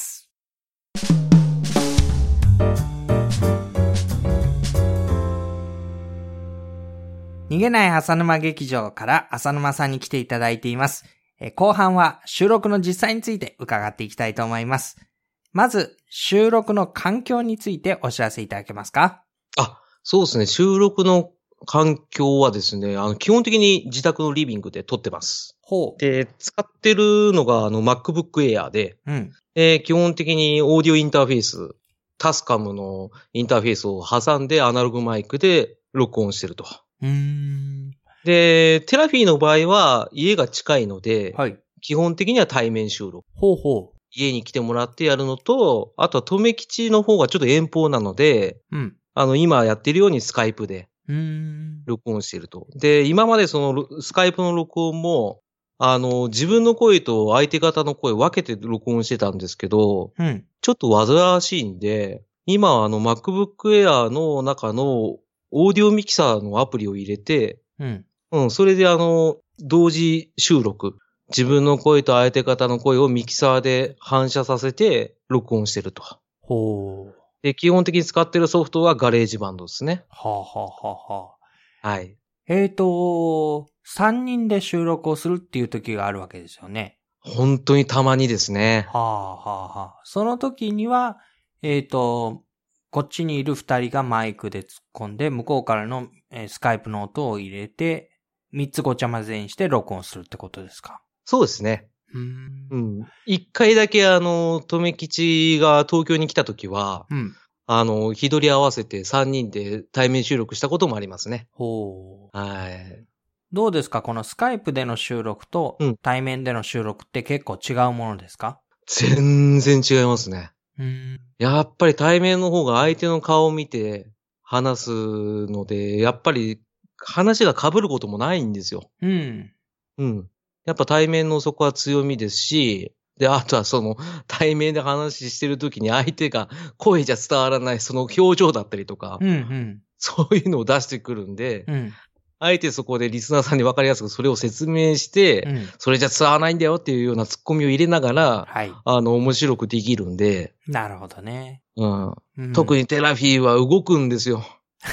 逃げない浅沼劇場から浅沼さんに来ていただいています。えー、後半は収録の実際について伺っていきたいと思います。まず、収録の環境についてお知らせいただけますか？ あ、そうですね。収録の環境はですね、あの、基本的に自宅のリビングで撮ってます。 ほう。 で、使ってるのが、あの、MacBook Air で、 うん。 で、基本的にオーディオインターフェース、タスカムのインターフェースを挟んでアナログマイクで録音してると。 うーん。 で、テラフィーの場合は家が近いので、 はい。 基本的には対面収録。 ほうほう。 家に来てもらってやるのと、あとは留吉の方がちょっと遠方なので、 うん。 あの、今やってるようにスカイプで、 うーん。 録音してると。で、今までそのスカイプの録音も、あの、自分の声と相手方の声分けて録音してたんですけど、 うん。 ちょっと煩わしいんで、今あの MacBook Air の中のオーディオミキサーのアプリを入れて、 うん。 うん、それであの、同時収録。自分の声と相手方の声をミキサーで反射させて録音してると。 ほう。 で、基本的に使ってるソフトはガレージバンドですね。 はあ、はあはあはあ、はい。 えーと、三人で収録をするっていう時があるわけですよね。 本当にたまにですね。 はあ、はあ、はあ。その時には、えーと、こっちにいる二人がマイクで突っ込んで、向こうからの、えー、スカイプの音を入れて、三つごちゃ混ぜにして録音するってことですか？ そうですね。 うーん。 うん。一回だけあの、留吉が東京に来た時は、 うん。 あの、日取り合わせて三人で対面収録したこともありますね。 ほう。 はい。 どうですか？このスカイプでの収録と対面での収録って結構違うものですか？ 全然違いますね。 うーん。 やっぱり対面の方が相手の顔を見て話すので、やっぱり話が被ることもないんですよ。 うん。 うん。やっぱ対面のそこは強みですし、で、あとはその対面で話してるときに相手が声じゃ伝わらないその表情だったりとか、 うんうん、 そういうのを出してくるんで、 うん、 あえてそこでリスナーさんに分かりやすくそれを説明して、うん、それじゃ伝わらないんだよっていうようなツッコミを入れながら、 はい、 あの、面白くできるんで。 なるほどね。 うん。うん、特にテラフィーは動くんですよ。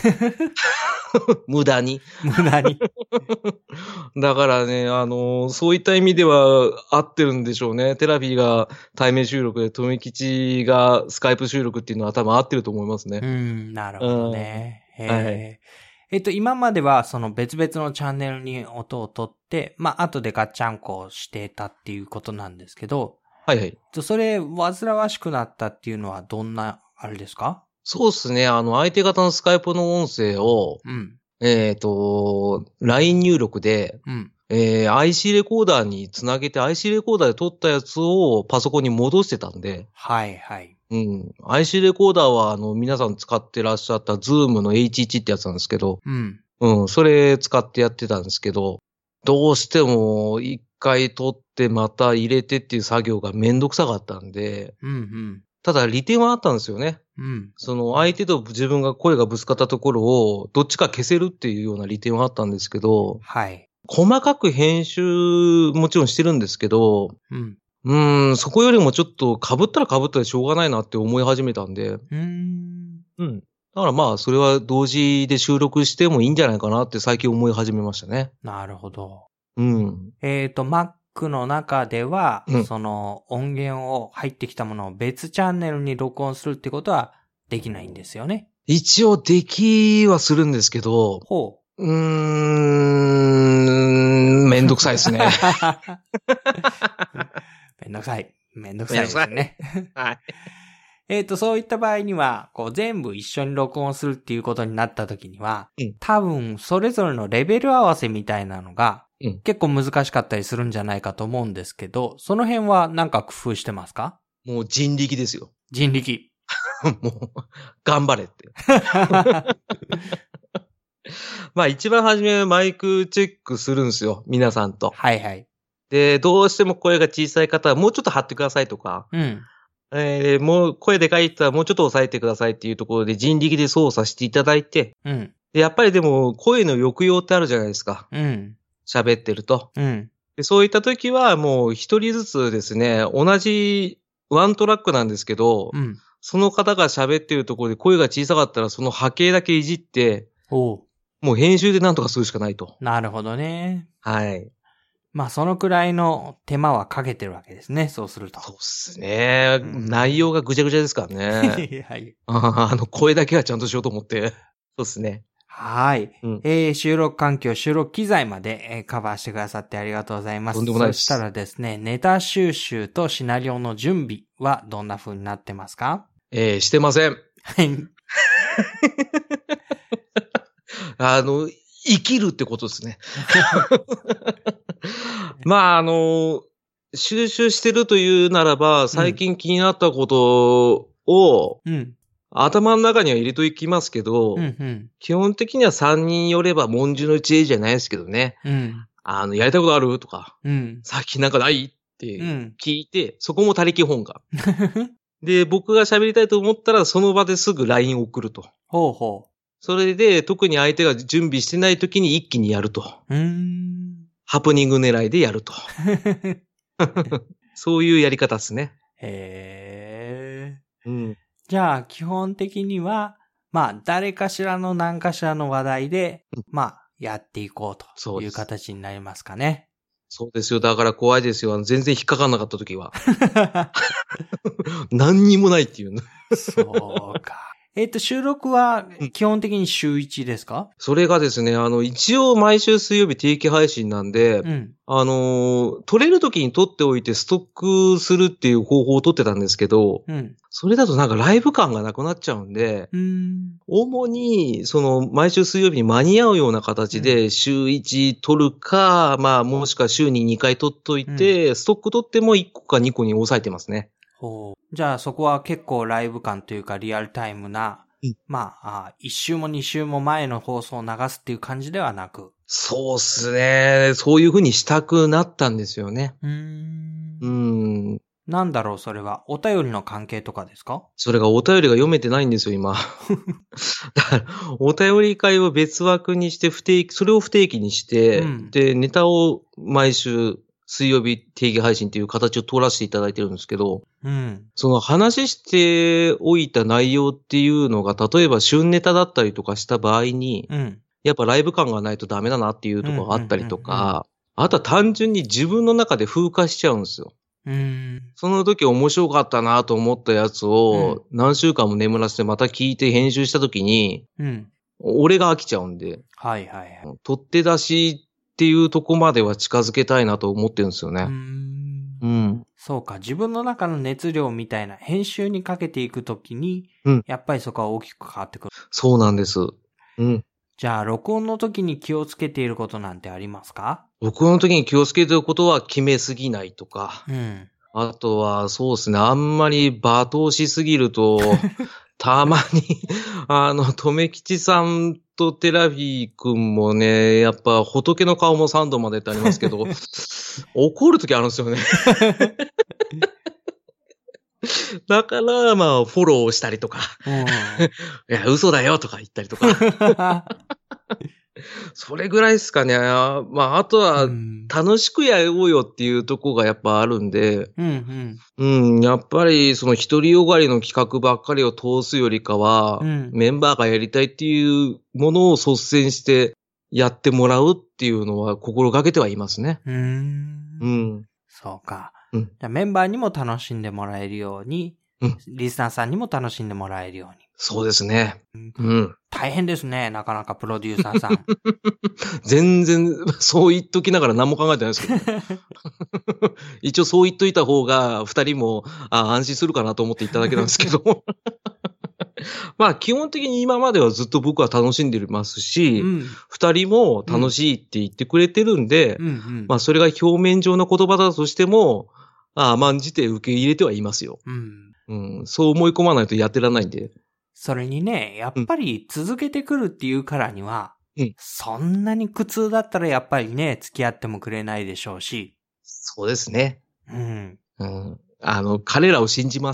無駄に。 無駄に。 だからね、あのー、そういった意味では合ってるんでしょうね。テラフィーが対面収録で、富吉がスカイプ収録っていうのは多分合ってると思いますね。 うん、なるほどね。うん、へー、はい。えっと、今まではその別々のチャンネルに音を取って、まあ、後でガッチャンコしてたっていうことなんですけど、 はいはい。 それ、煩わしくなったっていうのはどんな、あれですか？ そうですね。あの、相手方のスカイプの音声を、うん、えっと、ライン 入力で、うん、えー、アイシー レコーダーにつなげて アイシー レコーダーで撮ったやつをパソコンに戻してたんで。 はいはい。 うん。アイシー レコーダーは、あの、皆さん使ってらっしゃった Zoom の エイチワン ってやつなんですけど、うん。うん、それ使ってやってたんですけど、どうしても一回撮ってまた入れてっていう作業がめんどくさかったんで、うんうん。ただ利点はあったんですよね。うん。その相手と自分が声がぶつかったところをどっちか消せるっていうような利点はあったんですけど、 はい。 細かく編集もちろんしてるんですけど、うん。うーん、そこよりもちょっと被ったら被ったでしょうがないなって思い始めたんで、うーん。 うん。だからまあ、それは同時で収録してもいいんじゃないかなって最近思い始めましたね。 なるほど。 うん。 えっと、Mac の中では、うん、その音源を入ってきたものを別チャンネルに録音するってことはできないんですよね。 一応できはするんですけど、 ほう。 うーん、めんどくさいですね。 めんどくさい。めんどくさいですね。 はい。 えっと、そういった場合には、こう全部一緒に録音するっていうことになった時には、うん、多分それぞれのレベル合わせみたいなのが、うん、結構難しかったりするんじゃないかと思うんですけど、その辺はなんか工夫してますか？ もう人力ですよ。 人力。 もう、頑張れって。まあ一番初めマイクチェックするんですよ。皆さんと。 はいはい。 で、どうしても声が小さい方はもうちょっと張ってくださいとか。 うん。 えー、もう声でかい人はもうちょっと抑えてくださいっていうところで人力で操作していただいて。 うん。 で、やっぱりでも声の抑揚ってあるじゃないですか。 うん。 喋ってると。 うん。 で、そういった時はもう一人ずつですね、同じワントラックなんですけど、 うん。 その方が喋ってるところで声が小さかったらその波形だけいじって、 おもう編集でなんとかするしかないと。 なるほどね。 はい。 まあそのくらいの手間はかけてるわけですね。そうすると。 そうっすね。うん、内容がぐちゃぐちゃですからね。 はい。 あの声だけはちゃんとしようと思って。そうっすね。 はい、うんえー。収録環境、収録機材まで、えー、カバーしてくださってありがとうございます。 とんでもないです。 そしたらですね、ネタ収集とシナリオの準備はどんな風になってますか？ えー、してません。 はい。 あの、生きるってことですね。まあ、あの、収集してるというならば、最近気になったことを、うん、頭の中には入れときますけど、うんうん、基本的にはさんにん寄れば文殊の知恵じゃないですけどね。うん、あの、やりたいことあるとか、うん、最近なんかないって聞いて、うん、そこも他力本願。で、僕が喋りたいと思ったら、その場ですぐ ライン を送ると。 ほうほう。 それで、特に相手が準備してない時に一気にやると。 うーんハプニング狙いでやると。そういうやり方ですね。 へー。うん。 じゃあ、基本的には、まあ、誰かしらの何かしらの話題で、うん、まあ、やっていこうという形になりますかね。 そうですよ。だから怖いですよ。あの全然引っかかんなかった時は。何にもないっていうの。 そうか。えっと、収録は基本的に週いちですか？ それがですね、あの、一応毎週水曜日定期配信なんで、うん、あの、撮れる時に撮っておいてストックするっていう方法を取ってたんですけど、うん、それだとなんかライブ感がなくなっちゃうんで、 うん、 主に、その、毎週水曜日に間に合うような形で週いち撮るか、うん、まあ、もしくは週ににかい撮っといて、うん、ストック撮ってもいっこかにこに抑えてますね。 ほう。じゃあそこは結構ライブ感というかリアルタイムな、うん、まあ、一週も二週も前の放送を流すっていう感じではなく。 そうっすね。そういう風にしたくなったんですよね。 うーん。 うーん。 なんだろう、それは。お便りの関係とかですか？ それがお便りが読めてないんですよ、今。だから、お便り会を別枠にして不定期、それを不定期にして、うん、で、ネタを毎週、水曜日定期配信っていう形を取らせていただいてるんですけど、 うん、 その話しておいた内容っていうのが、例えば旬ネタだったりとかした場合に、 うん、 やっぱライブ感がないとダメだなっていうところがあったりとか、あとは単純に自分の中で風化しちゃうんですよ。 うん、 その時面白かったなと思ったやつを何週間も眠らせてまた聞いて編集した時に、 うん、 俺が飽きちゃうんで、 はいはいはい、 取って出しっていうとこまでは近づけたいなと思ってるんですよね。 うーんうん。 そうか。自分の中の熱量みたいな編集にかけていくときに、うん、やっぱりそこは大きく変わってくる。 そうなんです。うん。 じゃあ、録音の時に気をつけていることなんてありますか？ 録音の時に気をつけていることは決めすぎないとか。 うん。 あとは、そうですね。あんまり罵倒しすぎると、たまに、あの、とめきちさんとテラフィー君もね、やっぱ仏の顔もさんどまでってありますけど、怒るときあるんですよね。だから、まあ、フォローしたりとか、 うん、いや、嘘だよとか言ったりとか。それぐらいですかね。まあ、あとは、楽しくやろうよっていうとこがやっぱあるんで、 うんうん、うん、やっぱりその独りよがりの企画ばっかりを通すよりかは、うん、メンバーがやりたいっていうものを率先してやってもらうっていうのは心がけてはいますね。 うーん。 うん。 そうか。 うん、 じゃあメンバーにも楽しんでもらえるように、うん、リスナーさんにも楽しんでもらえるように。 そうですね。うん。 大変ですね。なかなかプロデューサーさん。 全然、そう言っときながら何も考えてないですけど。一応そう言っといた方が、二人もあ安心するかなと思っていただけなんですけど。まあ基本的に今まではずっと僕は楽しんでますし、二、うん、人も楽しいって言ってくれてるんで、うんうん、まあそれが表面上の言葉だとしても、あ甘んじて受け入れてはいますよ、うんうん。そう思い込まないとやってらんないんで。 それにね、やっぱり続けてくるっていうからには、うん、そんなに苦痛だったらやっぱりね、付き合ってもくれないでしょうし。 そうですね。うん。うん、あの、彼らを信じます。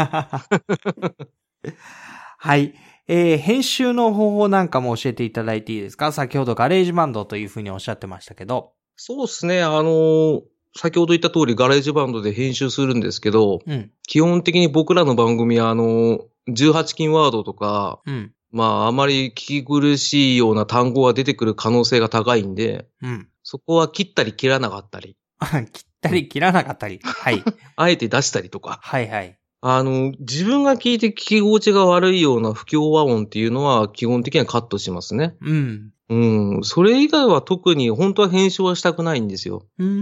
はい。えー、編集の方法なんかも教えていただいていいですか？先ほどガレージバンドというふうにおっしゃってましたけど。 そうですね。あのー、先ほど言った通りガレージバンドで編集するんですけど、うん、基本的に僕らの番組はあのー、じゅうはち禁ワードとか、うん、まああまり聞き苦しいような単語が出てくる可能性が高いんで、うん、そこは切ったり切らなかったり。 切ったり切らなかったり。はい。 あえて出したりとか。 はいはい。 あの、自分が聞いて聞き心地が悪いような不協和音っていうのは基本的にはカットしますね。うん。うん。それ以外は特に本当は編集はしたくないんですよ。うん。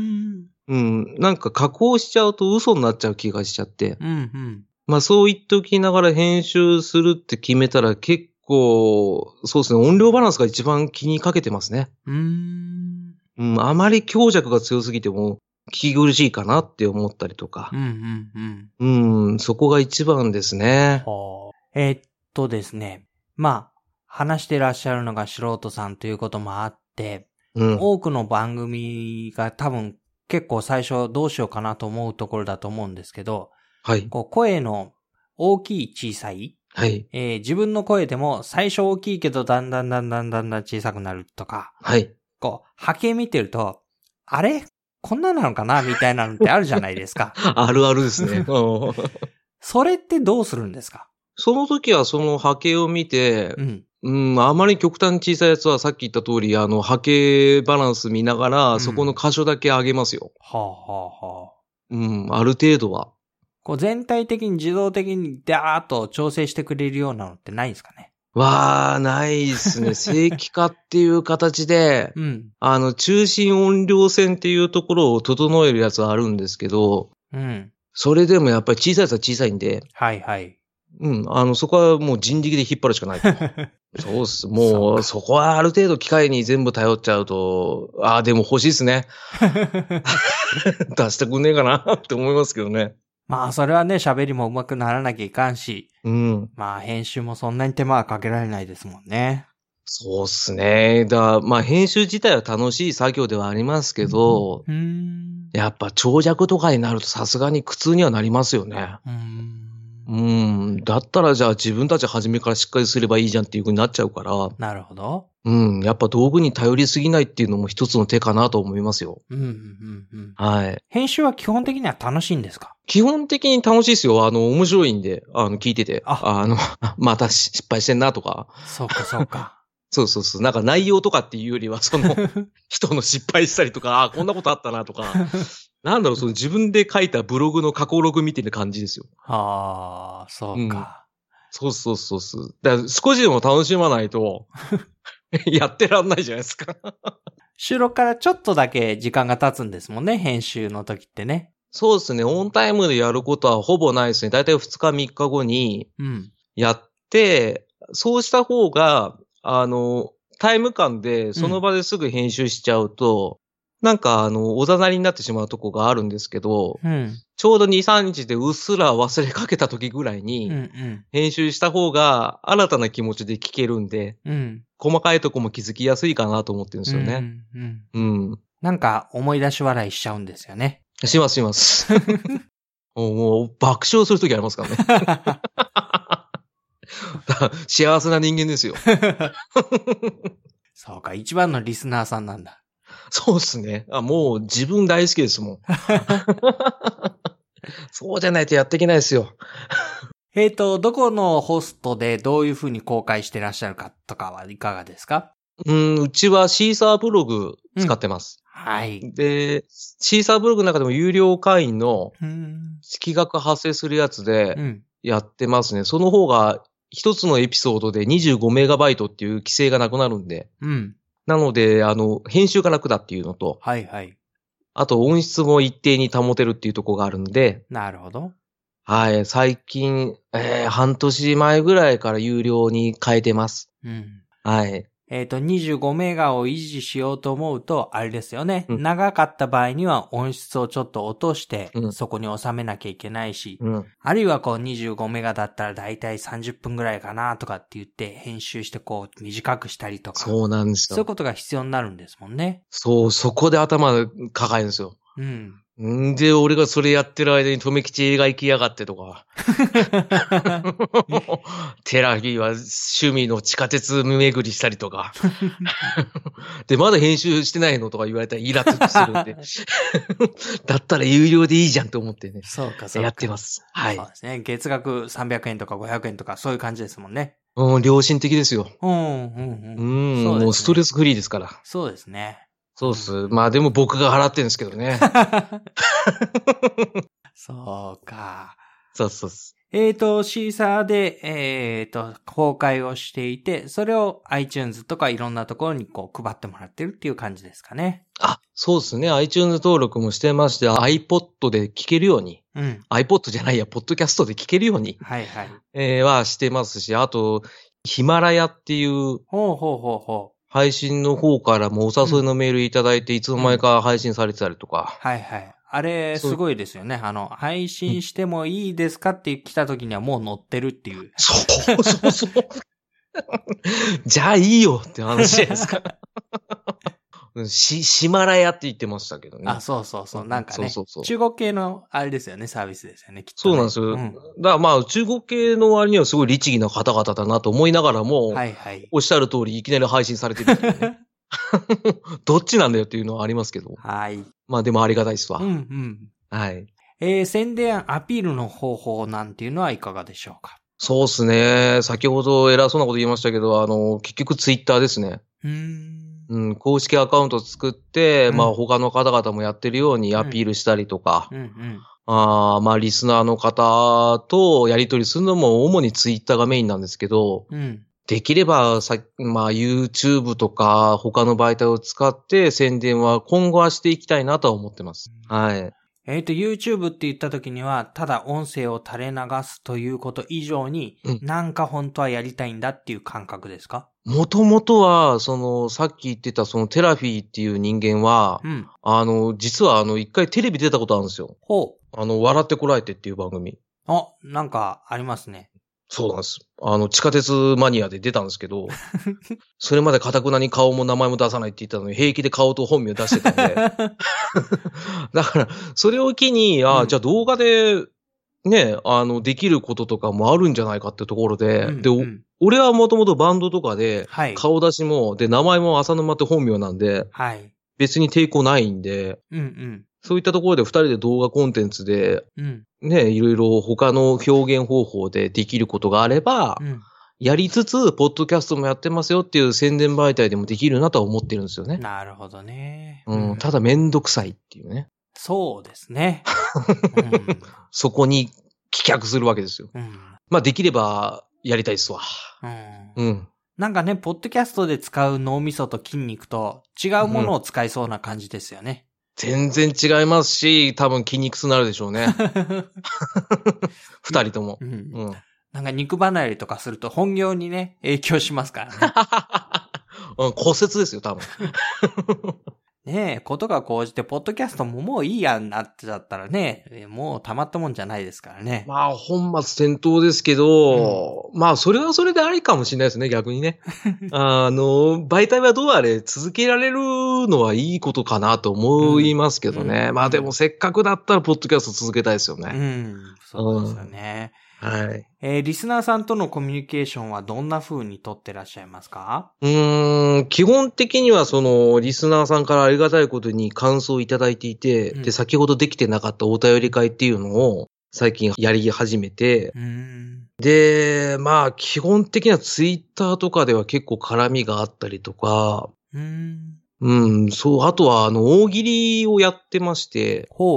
うん。なんか加工しちゃうと嘘になっちゃう気がしちゃって。うんうん。まあそう言っておきながら編集するって決めたら結構、そうですね、音量バランスが一番気にかけてますね。うーん。うん。あまり強弱が強すぎても、聞き苦しいかなって思ったりとか。うんうんうん。うん、そこが一番ですね。 はあ、えー、っとですね。まあ、話してらっしゃるのが素人さんということもあって、うん、多くの番組が多分結構最初どうしようかなと思うところだと思うんですけど、はい。こう声の大きい小さい。はい。えー、自分の声でも最初大きいけどだんだんだんだんだんだん小さくなるとか。はい。こう、波形見てると、あれこんななのかなみたいなのってあるじゃないですか。 あるあるですね。 それってどうするんですか？ その時はその波形を見て、うん、うん、あまり極端に小さいやつはさっき言った通り、あの波形バランス見ながら、うん、そこの箇所だけ上げますよ。はあ、はあはあ、うん、ある程度は。 こう全体的に自動的にダーッと調整してくれるようなのってないんですかね？ わー、ないですね。正規化っていう形で、うん、あの、中心音量線っていうところを整えるやつはあるんですけど、うん、それでもやっぱり小さいやつは小さいんで、はいはい。うん、あの、そこはもう人力で引っ張るしかない。そうっす。もう、そこはある程度機械に全部頼っちゃうと、ああ、でも欲しいっすね。出してくんねえかなって思いますけどね。 まあ、それはね、喋りも上手くならなきゃいかんし、うん。まあ、編集もそんなに手間はかけられないですもんね。 そうっすね。だまあ、編集自体は楽しい作業ではありますけど、うん、やっぱ長尺とかになるとさすがに苦痛にはなりますよね。うんうん。だったらじゃあ自分たち初めからしっかりすればいいじゃんっていう風になっちゃうから。 なるほど。 うん。やっぱ道具に頼りすぎないっていうのも一つの手かなと思いますよ。うんうんうんうん。はい。編集は基本的には楽しいんですか？ 基本的に楽しいですよ。あの、面白いんで、あの、聞いてて。あ、あの、また失敗してんなとか。 そうかそうか。 そうそうそう。なんか内容とかっていうよりは、その、人の失敗したりとか、あ、こんなことあったなとか。なんだろう、その自分で書いたブログの過去ログみたいな感じですよ。 ああ、そうか、 うん。そうそうそうそう。だから少しでも楽しまないと、やってらんないじゃないですか。 収録からちょっとだけ時間が経つんですもんね、編集の時ってね。 そうですね。オンタイムでやることはほぼないですね。だいたいふつかみっかごにやって、うん、そうした方が、あの、タイム感でその場ですぐ編集しちゃうと、うん、なんかあの、おざなりになってしまうとこがあるんですけど、うん、ちょうどに、さんにちでうっすら忘れかけた時ぐらいに、編集した方が新たな気持ちで聞けるんで、うん、細かいとこも気づきやすいかなと思ってるんですよね。うんうんうん、なんか思い出し笑いしちゃうんですよね。 しますします。もう爆笑するときありますからね。幸せな人間ですよ。 そうか、一番のリスナーさんなんだ。 そうですね。あ、もう自分大好きですもん。そうじゃないとやっていけないですよ。 えっと、どこのホストでどういうふうに公開してらっしゃるかとかはいかがですか？ うん、うちはシーサーブログ使ってます。うん、 はい。 で、シーサーブログの中でも有料会員の月額発生するやつでやってますね。うん、その方が一つのエピソードでにじゅうごメガバイトっていう規制がなくなるんで。 うん。 なので、あの、編集が楽だっていうのと。 はいはい。 あと音質も一定に保てるっていうところがあるんで。 なるほど。 はい。最近、えー、半年前ぐらいから有料に変えてます。 うん。 はい。 えっと、にじゅうごメガを維持しようと思うと、あれですよね。 うん、 長かった場合には音質をちょっと落として、 うん、 そこに収めなきゃいけないし、 うん、 あるいはこうにじゅうごメガだったらだいたいさんじゅっぷんぐらいかなとかって言って編集してこう短くしたりとか。 そうなんですよ。 そういうことが必要になるんですもんね。 そう、そこで頭抱えるんですよ。 うん。 んで、俺がそれやってる間に留吉映画行きやがってとか。テラビーは趣味の地下鉄巡りしたりとか。で、まだ編集してないのとか言われたらイラッとするんで。だったら有料でいいじゃんと思ってね。 そうか、そうか。 やってます。はい。 そうですね。月額さんびゃくえんとかごひゃくえんとかそういう感じですもんね。 うん、良心的ですよ。 うん、うん、うん。 うん、ね、もうストレスフリーですから。 そうですね。 そうっす。うん、まあでも僕が払ってるんですけどね。 そうか。 そうそうっす。 えっと、シーサーで、えっと、公開をしていて、それを iTunes とかいろんなところにこう配ってもらってるっていう感じですかね。 あ、そうですね。iTunes 登録もしてまして、iPod で聴けるように。うん。iPod じゃないや、ポッドキャストで聴けるように。 はいはい。 えー、はしてますし、あと、ヒマラヤっていう。ほうほうほうほう。 配信の方からもお誘いのメールいただいて、いつの間にか配信されてたりとか。 うん、はいはい。あれ、すごいですよね。あの、配信してもいいですかって来た時にはもう載ってるっていう。 そうそうそう。じゃあいいよって話じゃないですか。し、しまらやって言ってましたけどね。 あ、そうそうそう。なんかね。そうそうそう。中国系のあれですよね、サービスですよね、きっと、 ね。そうなんですよ。うん、だからまあ、中国系の割にはすごい律儀な方々だなと思いながらも、はいはい。おっしゃる通り、いきなり配信されてるっていうね。どっちなんだよっていうのはありますけど。はい。まあでもありがたいっすわ。うんうん。はい。 えー、宣伝アピールの方法なんていうのはいかがでしょうか？ そうっすね。先ほど偉そうなこと言いましたけど、あの、結局ツイッターですね。うーん。うん、公式アカウント作って、うん、まあ他の方々もやってるようにアピールしたりとか、うんうんうん、あまあリスナーの方とやり取りするのも主にツイッターがメインなんですけど、うん、できればさ、まあ YouTube とか他の媒体を使って宣伝は今後はしていきたいなとは思ってます。うん、はい。 えっと、YouTube って言った時には、ただ音声を垂れ流すということ以上に、うん、なんか本当はやりたいんだっていう感覚ですか？ もともとは、その、さっき言ってたそのテラフィーっていう人間は、うん、あの、実はあの、一回テレビ出たことあるんですよ。ほう。あの、笑ってこらえてっていう番組。 あ、なんかありますね。 そうなんです。あの、地下鉄マニアで出たんですけど、それまで堅くなに顔も名前も出さないって言ったのに、平気で顔と本名出してたんで。だから、それを機に、あ、うん、じゃあ動画で、ね、あの、できることとかもあるんじゃないかってところで、うん、で、うん、俺はもともとバンドとかで、顔出しも、はい、で、名前も浅沼って本名なんで、はい、別に抵抗ないんで、うんうん、そういったところで二人で動画コンテンツで、うん、ね、いろいろ他の表現方法でできることがあれば、うん、やりつつ、ポッドキャストもやってますよっていう宣伝媒体でもできるなとは思ってるんですよね。 なるほどね。 うん、ただめんどくさいっていうね。 そうですね。 うん、そこに棄却するわけですよ。うん、まあできればやりたいっすわ。うん。 うん。なんかね、ポッドキャストで使う脳みそと筋肉と違うものを使いそうな感じですよね。 うん、全然違いますし、多分筋肉痛になるでしょうね。二人とも、うん。うん。 なんか肉離れとかすると本業にね、影響しますからね。 うん、骨折ですよ、多分。 ねえ、ことが講じて、ポッドキャストももういいやんなっちゃったらね、もうたまったもんじゃないですからね。 まあ、本末転倒ですけど、うん、まあ、それはそれでありかもしれないですね、逆にね。あの、媒体はどうあれ続けられるのはいいことかなと思いますけどね。うん、まあでもせっかくだったら、ポッドキャスト続けたいですよね。 うん、そうですよね。うんはい。えー、リスナーさんとのコミュニケーションはどんな風に取ってらっしゃいますか？ うーん、基本的にはその、リスナーさんからありがたいことに感想をいただいていて、うん、で、先ほどできてなかったお便り会っていうのを最近やり始めて、うんで、まあ、基本的にはツイッターとかでは結構絡みがあったりとか、うん、うん、そう、あとはあの、大喜利をやってまして、ほう。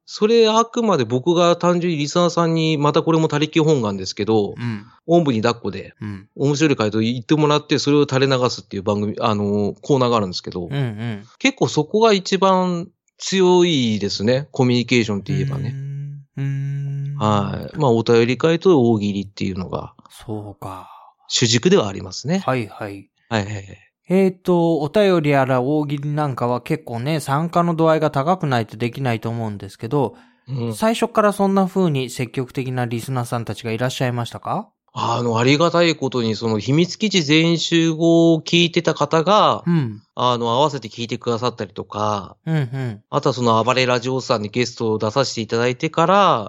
それあくまで僕が単純にリスナーさんに、またこれも他力本願ですけど、うん、おんぶに抱っこで、うん、面白い回答言ってもらって、それを垂れ流すっていう番組、あの、コーナーがあるんですけど、うんうん、結構そこが一番強いですね。コミュニケーションって言えばね。うーんはい。まあ、お便り会と大喜利っていうのが、 そうか。 主軸ではありますね。 はいはい。 はいはいはい。 えっと、お便りやら大喜利なんかは結構ね、参加の度合いが高くないとできないと思うんですけど、うん、最初からそんな風に積極的なリスナーさんたちがいらっしゃいましたか？ あの、ありがたいことに、その秘密基地全員集合を聞いてた方が、うん、あの、合わせて聞いてくださったりとか、うんうん、あとはその暴れラジオさんにゲストを出させていただいてから、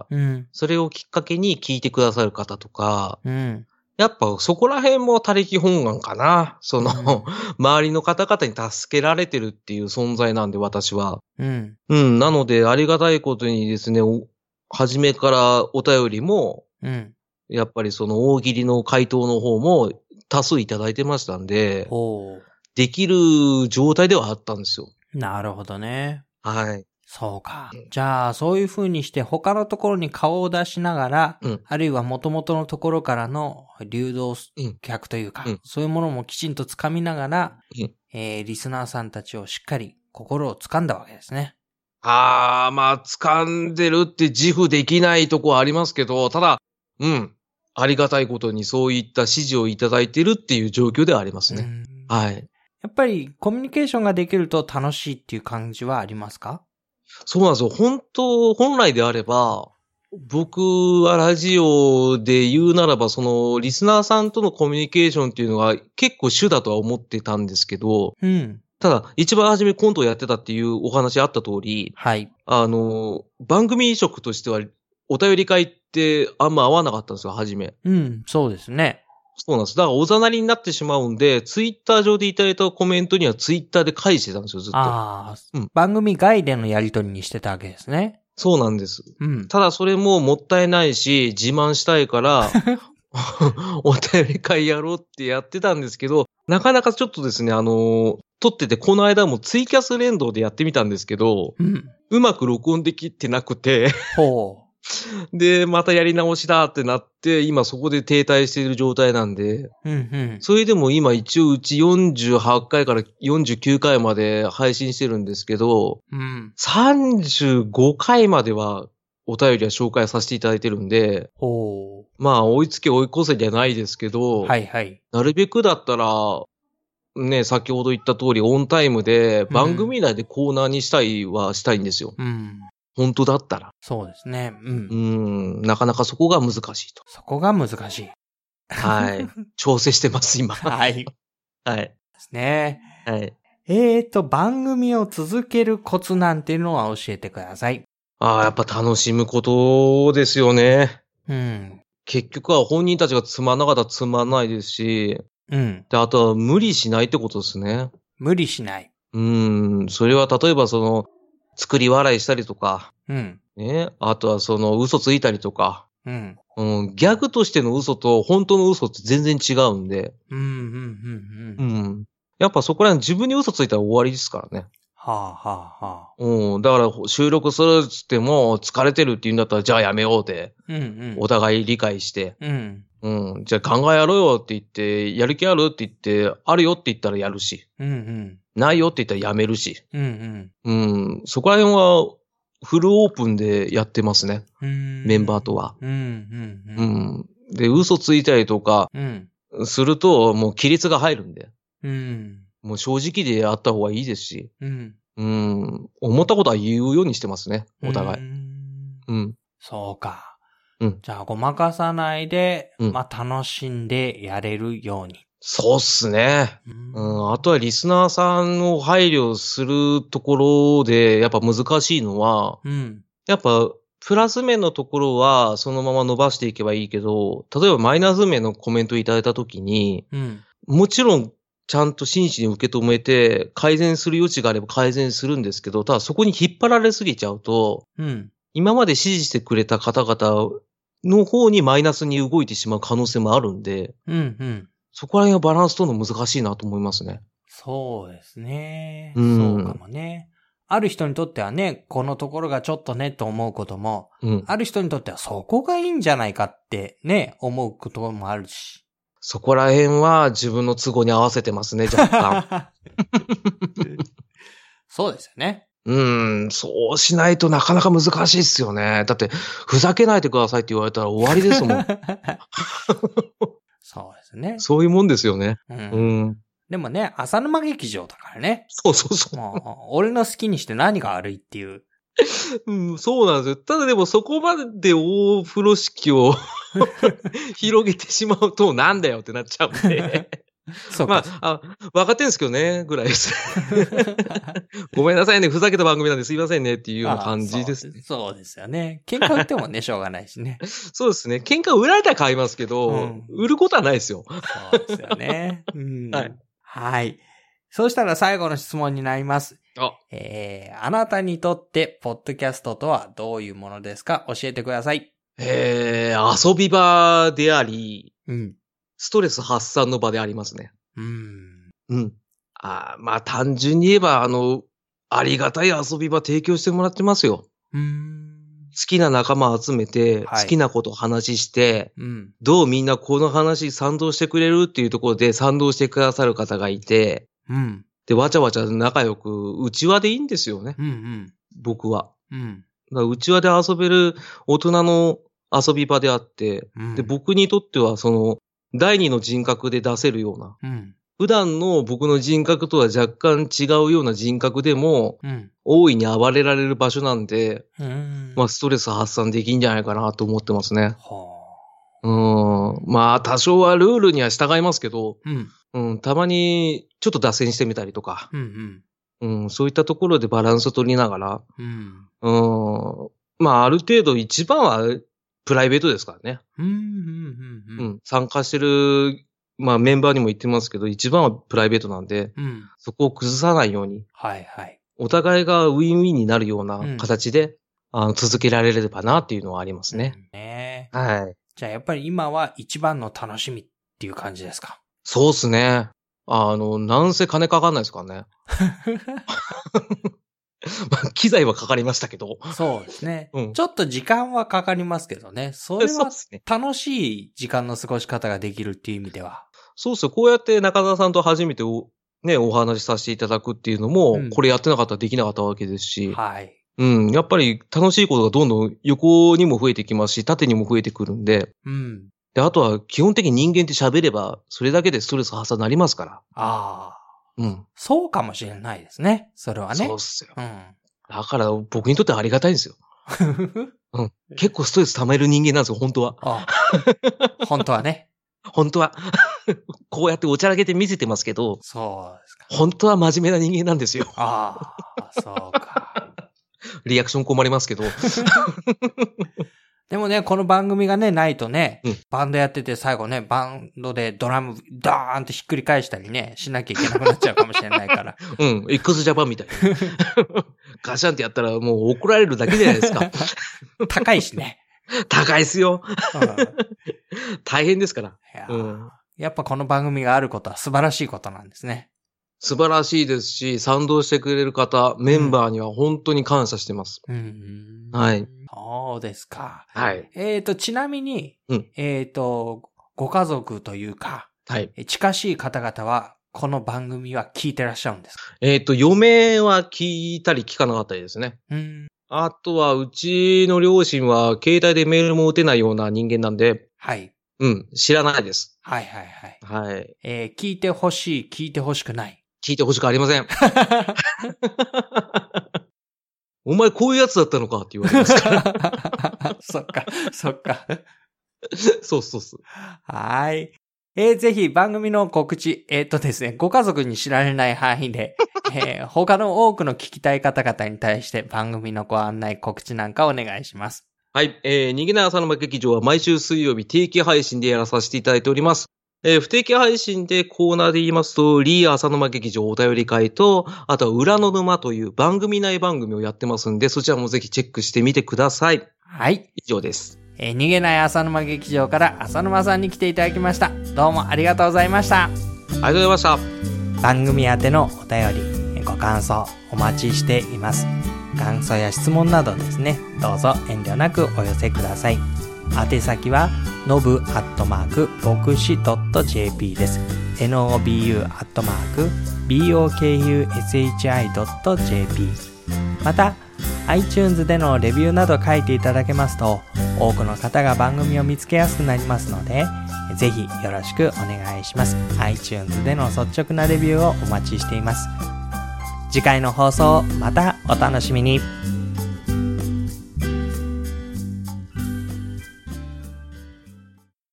うん、それをきっかけに聞いてくださる方とか、うんやっぱそこら辺も他力本願かな。その、うん、周りの方々に助けられてるっていう存在なんで私は。うん。うん。なのでありがたいことにですね、初めからお便りも、うん。やっぱりその大喜利の回答の方も多数いただいてましたんで、ほう。できる状態ではあったんですよ。 なるほどね。 はい。 そうか。じゃあ、そういう風にして他のところに顔を出しながら、うん、あるいは元々のところからの流動客というか、うん、そういうものもきちんと掴みながら、うんえー、リスナーさんたちをしっかり心を掴んだわけですね。 あー、まあ、掴んでるって自負できないとこはありますけど、ただ、うん、ありがたいことにそういった指示をいただいてるっていう状況ではありますね。はい。 やっぱりコミュニケーションができると楽しいっていう感じはありますか？ そうなんですよ。本当、本来であれば、僕はラジオで言うならば、その、リスナーさんとのコミュニケーションっていうのが結構主だとは思ってたんですけど、うん。ただ、一番初めコントをやってたっていうお話あった通り、はい。あの、番組移植としては、お便り会ってあんま合わなかったんですよ、初め。 うん、そうですね。 そうなんです。だからおざなりになってしまうんで、ツイッター上でいただいたコメントにはツイッターで返してたんですよ、ずっと。ああ、うん、番組外でのやり取りにしてたわけですね。 そうなんです。うん、ただそれももったいないし、自慢したいから、お便り会やろうってやってたんですけど、なかなかちょっとですね、あの、撮ってて、この間もツイキャス連動でやってみたんですけど、うん、うまく録音できてなくて、ほう。で、またやり直しだってなって、今そこで停滞している状態なんで、うんうん、それでも今一応うちよんじゅうはちかいからよんじゅうきゅうかいまで配信してるんですけど、うん、さんじゅうごかいまではお便りは紹介させていただいてるんで、おまあ追いつけ追い越せじゃないですけど、はいはい、なるべくだったら、ね、先ほど言った通りオンタイムで番組内でコーナーにしたいはしたいんですよ。うん本当だったら。 そうですね。うん。 うん、なかなかそこが難しいと。 そこが難しい。 はい。調整してます、今。 はい。 はい。 ですね。 はい。 えーと、番組を続けるコツなんていうのは教えてください。 ああ、やっぱ楽しむことですよね。うん。結局は本人たちがつまんなかったらつまんないですし、うん。で、あとは無理しないってことですね。 無理しない。 うん。それは例えばその、作り笑いしたりとか、うん。ね。あとはその嘘ついたりとか、うん。うん。ギャグとしての嘘と本当の嘘って全然違うんで。うん、うん、うん、うん。うん。やっぱそこら辺自分に嘘ついたら終わりですからね。 はあ、はあ、はあ。 うん。だから収録するっつっても疲れてるって言うんだったらじゃあやめようで。うん、うん。お互い理解して。うん。うん。じゃあ考えやろうよって言って、やる気あるって言って、あるよって言ったらやるし。うん、うん。ないよって言ったらやめるし。うんうん。うん。そこら辺はフルオープンでやってますね。メンバーとは。うんうんうん。うん。で、嘘ついたりとか、するともう規律が入るんで。うん。もう正直でやった方がいいですし。うん。うん。思ったことは言うようにしてますね。お互い。うん。 うん。そうか。うん。じゃあごまかさないで、うん、まあ楽しんでやれるように。 そうっすね。うん。あとはリスナーさんを配慮するところで、やっぱ難しいのは、うん。やっぱ、プラス面のところはそのまま伸ばしていけばいいけど、例えばマイナス面のコメントいただいたときに、うん。もちろん、ちゃんと真摯に受け止めて、改善する余地があれば改善するんですけど、ただそこに引っ張られすぎちゃうと、うん。今まで支持してくれた方々の方にマイナスに動いてしまう可能性もあるんで、うんうん。そこら辺はバランス取るの難しいなと思いますね。 そうですね。うん、そうかもね。 ある人にとってはね、このところがちょっとねと思うことも、うん、ある人にとってはそこがいいんじゃないかってね、思うこともあるし。 そこら辺は自分の都合に合わせてますね、若干。 そうですよね。 うん、そうしないとなかなか難しいっすよね。だって、ふざけないでくださいって言われたら終わりですもん。 そうですね。 そういうもんですよね。うん。うん、 でもね、浅沼劇場だからね。 そうそうそう。 もう俺の好きにして何が悪いっていう。 うん、そうなんですよ。ただでもそこまで大風呂敷を広げてしまうとなんだよってなっちゃうんで。そうか。まあ、あ、分かってんですけどね、ぐらいです。ごめんなさいね、ふざけた番組なんですいませんねっていうような感じですね。 そう、そうですよね。喧嘩売ってもね、しょうがないしね。 そうですね。喧嘩売られたら買いますけど、うん、売ることはないですよ。 そうですよね。うん、はい。はい。そうしたら最後の質問になります。あ、えー、あなたにとってポッドキャストとはどういうものですか？教えてください。 えー、遊び場であり、 うん。 ストレス発散の場でありますね。 うん。 うん。あまあ単純に言えば、あの、ありがたい遊び場提供してもらってますよ。 うん。 好きな仲間集めて、はい、好きなことを話して、 うん、 どうみんなこの話賛同してくれるっていうところで賛同してくださる方がいて、 うん。 で、わちゃわちゃ仲良く、内輪でいいんですよね。 うんうん。 僕は。 うん。 だから内輪で遊べる大人の遊び場であって、うん、で、僕にとってはその、第二の人格で出せるような、 うん、 普段の僕の人格とは若干違うような人格でも、 うん、 大いに暴れられる場所なんで、 うん、 まあストレス発散できんじゃないかなと思ってますね。 はあ、うん。まあ多少はルールには従いますけど、 うんうん、たまにちょっと脱線してみたりとか、 うんうんうん、そういったところでバランスを取りながら、 うんうん、まあある程度一番はプライベートですからね。 うんうんうんうん、参加してる、まあメンバーにも言ってますけど、一番はプライベートなんで、 うん、 そこを崩さないように、 はいはい。 お互いがウィンウィンになるような形で、うん、あの続けられればなっていうのはありますね。 うん、ねはい。 じゃあやっぱり今は一番の楽しみっていう感じですか？ そうっすね。あの、なんせ金かかんないですからね。機材はかかりましたけど。 そうですね、 うん。 ちょっと時間はかかりますけどね。それは楽しい時間の過ごし方ができるっていう意味では。 そうっすよ。こうやって中澤さんと初めてお、ね、お話しさせていただくっていうのも、うん、これやってなかったらできなかったわけですし。 はい。 うん。やっぱり楽しいことがどんどん横にも増えてきますし、縦にも増えてくるんで。 うん。 で、あとは基本的に人間って喋れば、それだけでストレス発散になりますから。 ああ。 うん。 そうかもしれないですね。それはね。 そうっすよ。 うん。 だから僕にとってはありがたいんですよ。うん。結構ストレス溜める人間なんですよ、本当は。 ああ本当はね。 本当は。こうやっておちゃらけて見せてますけど。 そうですか。 本当は真面目な人間なんですよ。 ああ、そうか。 リアクション困りますけど。 でもね、この番組がね、ないとね、 うん、 バンドやってて最後ね、バンドでドラムダーンってひっくり返したりね、しなきゃいけなくなっちゃうかもしれないから。 うん、X ジャパンみたいな。ガシャンってやったらもう怒られるだけじゃないですか。 高いしね。 高いっすよ。 うん、 大変ですから、 うん。やっぱこの番組があることは素晴らしいことなんですね。 素晴らしいですし、賛同してくれる方、メンバーには本当に感謝してます。 うん、 はい。 そうですか。 はい。 えっと、ちなみに、 うん、 えっと、ご家族というか、 はい。 近しい方々は、この番組は聞いてらっしゃるんですか？ えっと、嫁は聞いたり聞かなかったりですね。 うん。 あとは、うちの両親は、携帯でメールも打てないような人間なんで、 はい。 うん、知らないです。 はいはいはい。 はい。 えー、聞いてほしい、聞いてほしくない。 聞いてほしくありません。お前こういうやつだったのかって言われますから。 そっか、そっか。 そうそうそう。 はい。えー、ぜひ番組の告知、えっとですね、ご家族に知られない範囲で、えー、他の多くの聞きたい方々に対して番組のご案内、告知なんかお願いします。 はい。えー、逃げない朝の劇場は毎週水曜日定期配信でやらさせていただいております。えー、不定期配信でコーナーで言いますと、リー浅沼劇場お便り会と、あとは裏の沼という番組内番組をやってますんで、そちらもぜひチェックしてみてください。 はい。 以上です。 えー、逃げない浅沼劇場から浅沼さんに来ていただきました。どうもありがとうございました。ありがとうございました。 番組宛てのお便り、 ご感想お待ちしています。感想や質問などですね、どうぞ遠慮なくお寄せください。宛先はのぶアットマーク牧師 .jp です。ノブ アットマーク ボクシ ドット ジェーピー。 また iTunes でのレビューなど書いていただけますと、多くの方が番組を見つけやすくなりますので、ぜひよろしくお願いします。 iTunes での率直なレビューをお待ちしています。次回の放送またお楽しみに。